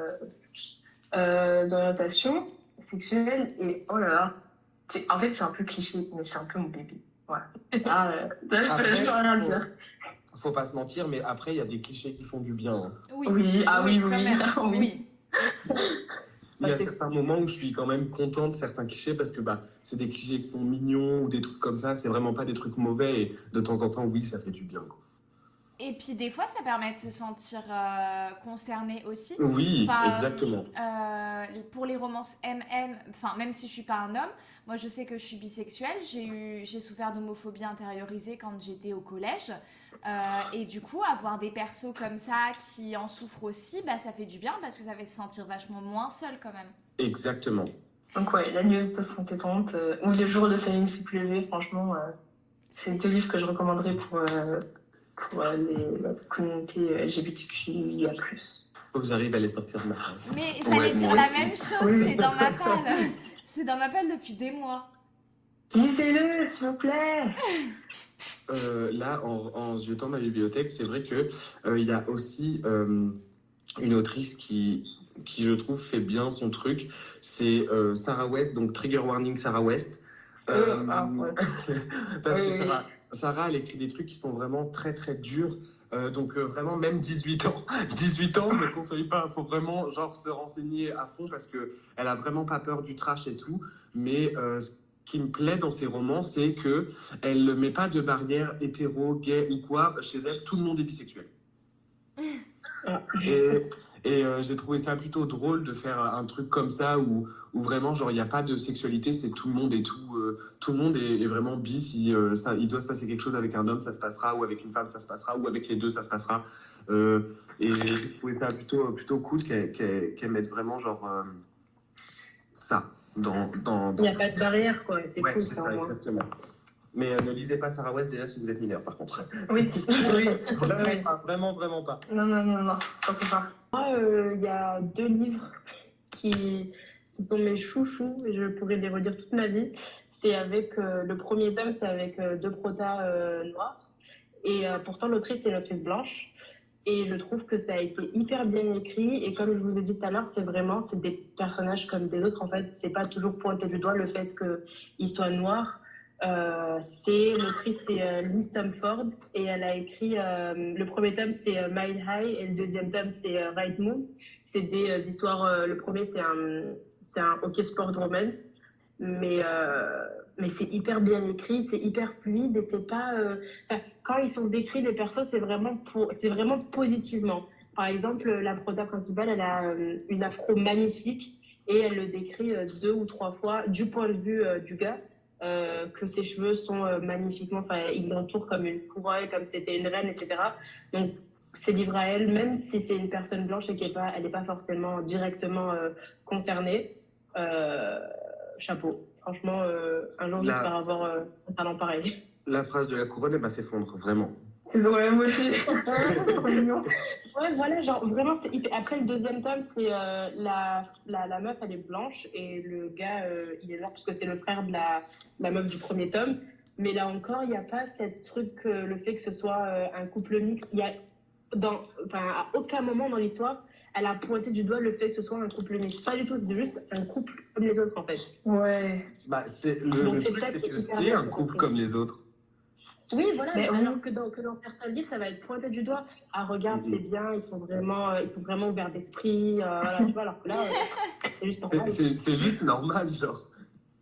euh, d'orientation sexuelle. Et oh là là, c'est- en fait, c'est un peu cliché, mais c'est un peu mon bébé. Voilà. Ah, euh, là, je peux- Après, je peux rien faut- dire. Faut pas se mentir, mais après, il y a des clichés qui font du bien. hein. Oui. Oui, ah oui, quand oui, même. oui. Oui. Aussi. Il y a c'est- certains moments où je suis quand même contente de certains clichés parce que bah, c'est des clichés qui sont mignons ou des trucs comme ça. C'est vraiment pas des trucs mauvais et de temps en temps, oui, ça fait du bien. Quoi. Et puis des fois, ça permet de se sentir euh, concerné aussi. Oui, Enfin, exactement. Euh, pour les romances M M, enfin même si je suis pas un homme, moi je sais que je suis bisexuelle. J'ai eu, j'ai souffert d'homophobie intériorisée quand j'étais au collège. Euh, et du coup, avoir des persos comme ça qui en souffrent aussi, bah, ça fait du bien parce que ça fait se sentir vachement moins seul quand même. Exactement. Donc ouais, la news de santé compétente euh, ou les jours de Céline s'est plus levé, franchement, euh, c'est deux livres que je recommanderais pour, euh, pour euh, les, la communauté L G B T Q I A plus. Faut que j'arrive à les sortir de ma Mais Ouais, j'allais dire moi la aussi. même chose, Oui. c'est dans ma palle. C'est dans ma palle depuis des mois. Lisez-le, s'il vous plaît. Euh, là, en, en jetant ma bibliothèque, c'est vrai que euh, il y a aussi euh, une autrice qui, qui, je trouve, fait bien son truc. C'est euh, Sarah West, donc Trigger Warning Sarah West. Euh, ah, ouais. Parce Oui, que oui. Sarah, Sarah, elle écrit des trucs qui sont vraiment très, très durs. Euh, donc euh, vraiment, même dix-huit ans. dix-huit ans, je ne conseille pas. Il faut vraiment genre, se renseigner à fond parce qu'elle a vraiment pas peur du trash et tout. Mais euh, ce qui me plaît dans ses romans, c'est qu'elle ne met pas de barrière hétéro, gay ou quoi. Chez elle, tout le monde est bisexuel. Ah. Et, et euh, j'ai trouvé ça plutôt drôle de faire un truc comme ça où, où vraiment, genre, il n'y a pas de sexualité, c'est tout le monde et tout. Euh, tout le monde est, est vraiment bi. Si euh, ça, il doit se passer quelque chose avec un homme, ça se passera, ou avec une femme, ça se passera, ou avec les deux, ça se passera. Euh, et j'ai trouvé ça plutôt, plutôt cool qu'elle qu'elle, qu'elle mette vraiment, genre, euh, ça dans, dans, dans Il n'y a sa- pas de barrière, quoi. C'est Ouais, cool, c'est ça, ça, au moins. exactement. Mais euh, ne lisez pas Sarah West déjà si vous êtes mineur, par contre. Oui, oui. Vraiment oui. pas, vraiment, vraiment pas. Non, non, non, non, surtout pas. Moi, euh, il y a deux livres qui, qui sont mes chouchous et je pourrais les redire toute ma vie. C'est avec euh, le premier tome, c'est avec euh, deux protas euh, noirs. Et euh, pourtant, l'autrice est l'autrice blanche. Et je trouve que ça a été hyper bien écrit. Et comme je vous ai dit tout à l'heure, c'est vraiment c'est des personnages comme des autres. En fait, c'est pas toujours pointé du doigt le fait qu'ils soient noirs. Euh, c'est l'autrice, c'est euh, Lee Stamford. Et elle a écrit euh, le premier tome, c'est euh, Mile High. Et le deuxième tome, c'est euh, Right Moon. C'est des euh, histoires. Euh, le premier, c'est un, c'est un hockey sport romance. Mais, euh, mais c'est hyper bien écrit, c'est hyper fluide et c'est pas. Euh, enfin, quand ils sont décrits, les persos, c'est vraiment, pour, c'est vraiment positivement. Par exemple, la prota principale, elle a euh, une afro magnifique et elle le décrit euh, deux ou trois fois du point de vue euh, du gars, euh, que ses cheveux sont euh, magnifiquement. Enfin, il l'entoure comme une couronne, comme c'était une reine, et cetera. Donc, c'est livré à elle, même si c'est une personne blanche et qu'elle n'est pas, elle est pas forcément directement euh, concernée. Euh, chapeau. Franchement, euh, un jour, La- j'espère avoir euh, un talent pareil. La phrase de la couronne, elle m'a fait fondre, vraiment. C'est vrai, moi aussi. C'est trop mignon. Ouais, voilà, genre vraiment, c'est hyper... Après, le deuxième tome, c'est euh, la, la, la meuf, elle est blanche et le gars, euh, il est noir parce que c'est le frère de la, la meuf du premier tome. Mais là encore, il n'y a pas cette truc, euh, le fait que ce soit euh, un couple mixte. Il y a, dans, enfin, à aucun moment dans l'histoire, elle a pointé du doigt le fait que ce soit un couple mixte. Pas du tout, c'est juste un couple comme les autres en fait. Ouais. Bah, c'est, le, Donc, le c'est truc, ça c'est qui est que hyper c'est bien, un c'est couple ça. comme les autres. Oui, voilà, Mais alors oui. que dans, que dans certains livres, ça va être pointé du doigt. Ah, regarde, Mhm. c'est bien, ils sont vraiment, euh, ils sont vraiment ouverts d'esprit. Euh, voilà, tu vois, alors que là, euh, c'est juste C'est, normal. c'est, c'est juste normal, genre.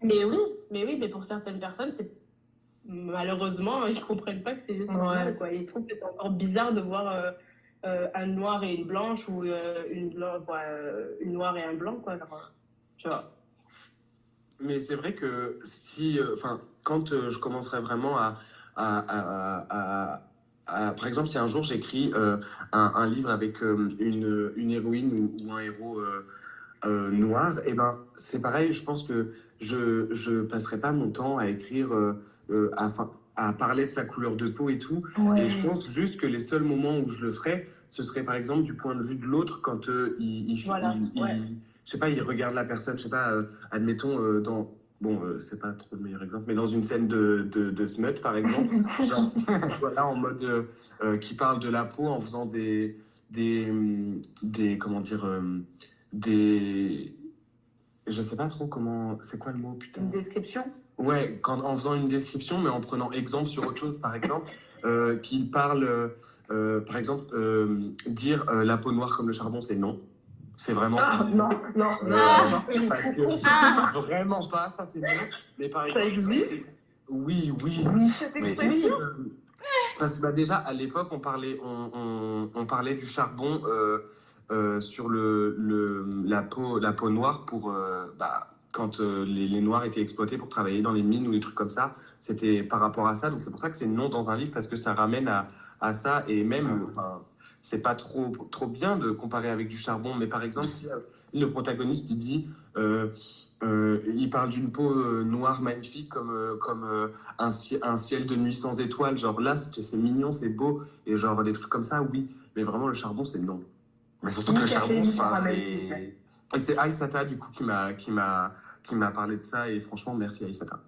Mais oui, mais oui, mais pour certaines personnes, c'est malheureusement, ils comprennent pas que c'est juste Ouais. normal, quoi. Ils trouvent que c'est encore bizarre de voir euh, euh, un noir et une blanche ou euh, une, blanc, ouais, euh, une noire et un blanc, quoi. Genre, tu vois. Mais c'est vrai que si, euh, enfin, quand euh, je commencerai vraiment à, à, à, à- à- par exemple, si un jour j'écris euh, un, un livre avec euh, une, une héroïne ou, ou un héros euh, euh, noir, et ben c'est pareil. Je pense que je je passerai pas mon temps à écrire, euh, euh, à, enfin, à parler de sa couleur de peau et tout. Et je Ouais. pense juste que les seuls moments où je le ferais, ce serait par exemple du point de vue de l'autre quand euh, il, il, Voilà, il- ouais. il- je sais pas, il regarde la personne, je sais pas, euh, admettons euh, dans bon, euh, c'est pas trop le meilleur exemple, mais dans une scène de de, de smut par exemple, genre soit là en mode euh, euh, qui parle de la peau en faisant des des hum, des comment dire euh, des je sais pas trop comment c'est quoi le mot putain. Une description? Ouais, quand, en faisant une description, mais en prenant exemple sur autre chose, par exemple, euh, qu'il parle, euh, euh, par exemple, euh, dire euh, la peau noire comme le charbon, c'est non. C'est vraiment. Ah, non, non, Euh, non, Ah. non. Parce que Ah. vraiment pas, ça c'est non. Mais par Ça exemple. existe? Oui, oui. Oui. Mais oui, euh, parce que bah, déjà, à l'époque, on parlait, on, on, on parlait du charbon euh, euh, sur le, le, la, peau, la peau noire pour. Euh, bah, quand euh, les, les Noirs étaient exploités pour travailler dans les mines ou des trucs comme ça, c'était par rapport à ça. Donc c'est pour ça que c'est non dans un livre, parce que ça ramène à, à ça. Et même, enfin, c'est pas trop, trop bien de comparer avec du charbon. Mais par exemple, si euh, le protagoniste il dit. Euh, euh, il parle d'une peau euh, noire magnifique comme, euh, comme euh, un, cie- un ciel de nuit sans étoiles. Genre là, c'est c'est mignon, c'est beau. Et genre des trucs comme ça, oui. Mais vraiment, le charbon, c'est non. Mais surtout que le Oui, café, charbon, oui, enfin, ça ramène, c'est. ouais. Et c'est Aïssata, du coup, qui m'a, qui m'a, qui m'a parlé de ça. Et franchement, merci Aïssata.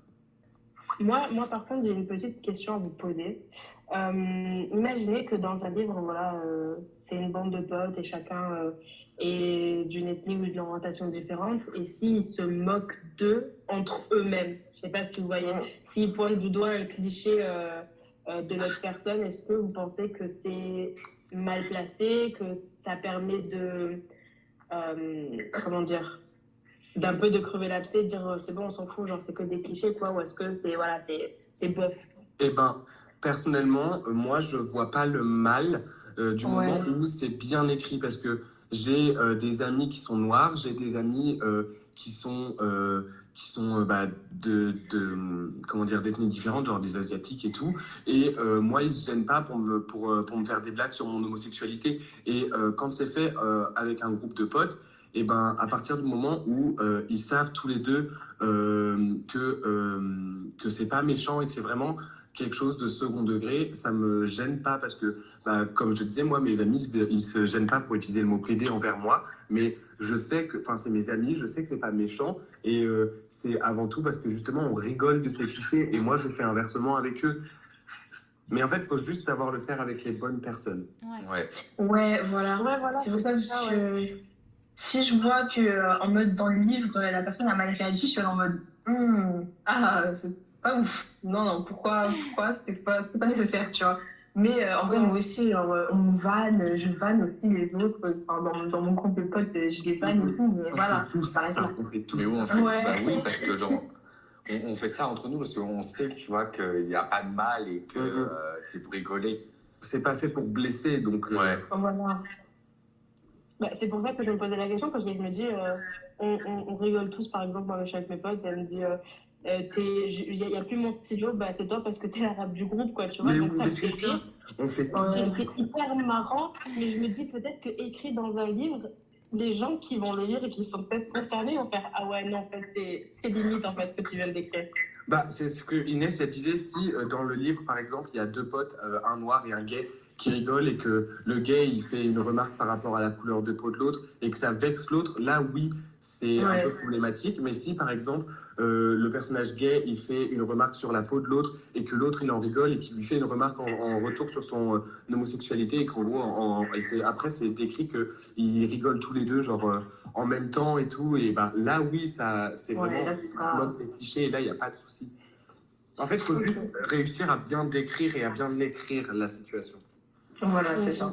Moi, moi, par contre, j'ai une petite question à vous poser. Euh, imaginez que dans un livre, voilà, euh, c'est une bande de potes et chacun euh, est d'une ethnie ou d'une orientation différente. Et s'ils se moquent d'eux entre eux-mêmes, je sais pas si vous voyez, s'ils pointent du doigt un cliché euh, euh, de notre personne, est-ce que vous pensez que c'est mal placé, que ça permet de, euh, comment dire, d'un peu de crever l'abcès, de dire euh, c'est bon, on s'en fout, genre c'est que des clichés, quoi, ou est-ce que c'est, voilà, c'est, c'est bof? Eh ben, personnellement, euh, moi, je vois pas le mal euh, du Ouais. moment où c'est bien écrit, parce que j'ai euh, des amis qui sont noirs, j'ai des amis euh, qui sont euh, qui sont euh, bah, de, de comment dire d'ethnies différentes, genre des asiatiques et tout. Et euh, moi, ils se gênent pas pour me pour euh, pour me faire des blagues sur mon homosexualité. Et euh, quand c'est fait euh, avec un groupe de potes. Et ben, à partir du moment où euh, ils savent tous les deux euh, que euh, que c'est pas méchant et que c'est vraiment quelque chose de second degré, ça me gêne pas parce que, bah, comme je disais, moi, mes amis, ils se gênent pas pour utiliser le mot pédé envers moi, mais je sais que, enfin, c'est mes amis, je sais que c'est pas méchant et euh, c'est avant tout parce que justement, on rigole de ces clichés et moi, je fais inversement avec eux. Mais en fait, il faut juste savoir le faire avec les bonnes personnes. Ouais. Ouais. Ouais, voilà. Ouais, voilà, C'est pour ça que ça, je- si je vois que euh, en mode dans le livre, euh, la personne a mal réagi, je suis en mode Hmm, ah, c'est pas ouf. Non, non, pourquoi, pourquoi, c'était pas, c'était pas nécessaire, tu vois. Mais euh, en vrai, moi aussi, genre, euh, on me vanne, je vanne aussi les autres. Enfin, dans, dans mon groupe de potes, euh, je les vanne et tout, mais On voilà, fait tous ça reste ça, là. on fait tous Mais oui, on ça. fait, Ouais. bah oui, parce que genre, on, on fait ça entre nous parce qu'on sait que tu vois qu'il n'y a pas de mal et que Mhm. euh, c'est pour rigoler. C'est pas fait pour blesser, donc. euh, Ouais. Voilà. Bah, c'est pour ça que je me posais la question, parce que je me dis, euh, on, on, on rigole tous, par exemple, moi je suis avec mes potes, elle me dit, euh, euh, t'es- je- il n'y a, a plus mon stylo, bah, c'est toi parce que t'es l'arabe du groupe, quoi, tu vois, Mais donc oui, ça mais me c'est fait ça. rire. On fait tous Ouais. C'est ça. c'est hyper marrant, mais je me dis peut-être que écrit dans un livre, les gens qui vont le lire et qui sont peut-être concernés vont faire, ah ouais, non, en fait, c'est c'est limite, en fait, ce que tu viens de décrire. Bah, c'est ce que Inès elle disait, si euh, dans le livre, par exemple, il y a deux potes, euh, un noir et un gay, qui rigolent et que le gay, il fait une remarque par rapport à la couleur de peau de l'autre et que ça vexe l'autre, là, oui, c'est un Ouais. peu problématique. Mais si, par exemple, euh, le personnage gay, il fait une remarque sur la peau de l'autre et que l'autre, il en rigole et qu'il lui fait une remarque en, en retour sur son euh, homosexualité et qu'en gros, en, en- et que après, c'est décrit qu'ils rigolent tous les deux, genre, euh, en même temps et tout. Et ben là, oui, ça, c'est Ouais, vraiment, là, ils c'est se ça. moquent des clichés et là, il n'y a pas de souci. En fait, il faut Ok. juste réussir à bien décrire et à bien écrire la situation. Voilà, c'est ça.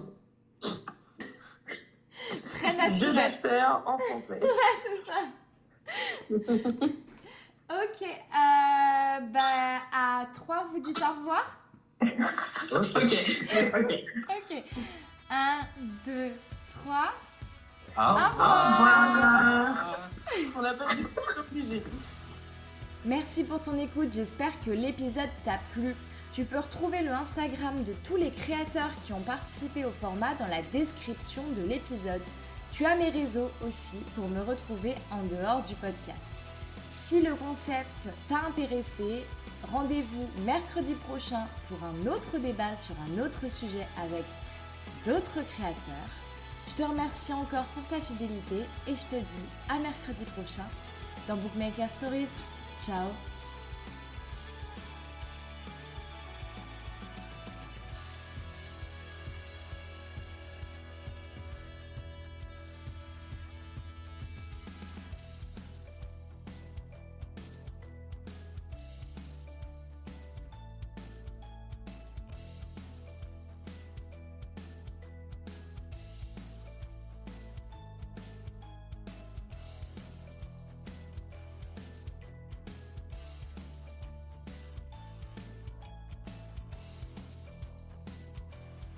Très Deux naturel. acteurs en français. C'est ça. Ok, euh, bah à trois, vous dites au revoir. Ok. Ok, ok. Ok. Un, deux, trois. Ah, Au revoir. On n'a pas dit que c'était obligé. Merci pour ton écoute, j'espère que l'épisode t'a plu. Tu peux retrouver le Instagram de tous les créateurs qui ont participé au format dans la description de l'épisode. Tu as mes réseaux aussi pour me retrouver en dehors du podcast. Si le concept t'a intéressé, rendez-vous mercredi prochain pour un autre débat sur un autre sujet avec d'autres créateurs. Je te remercie encore pour ta fidélité et je te dis à mercredi prochain dans Bookmaker Stories. Ciao.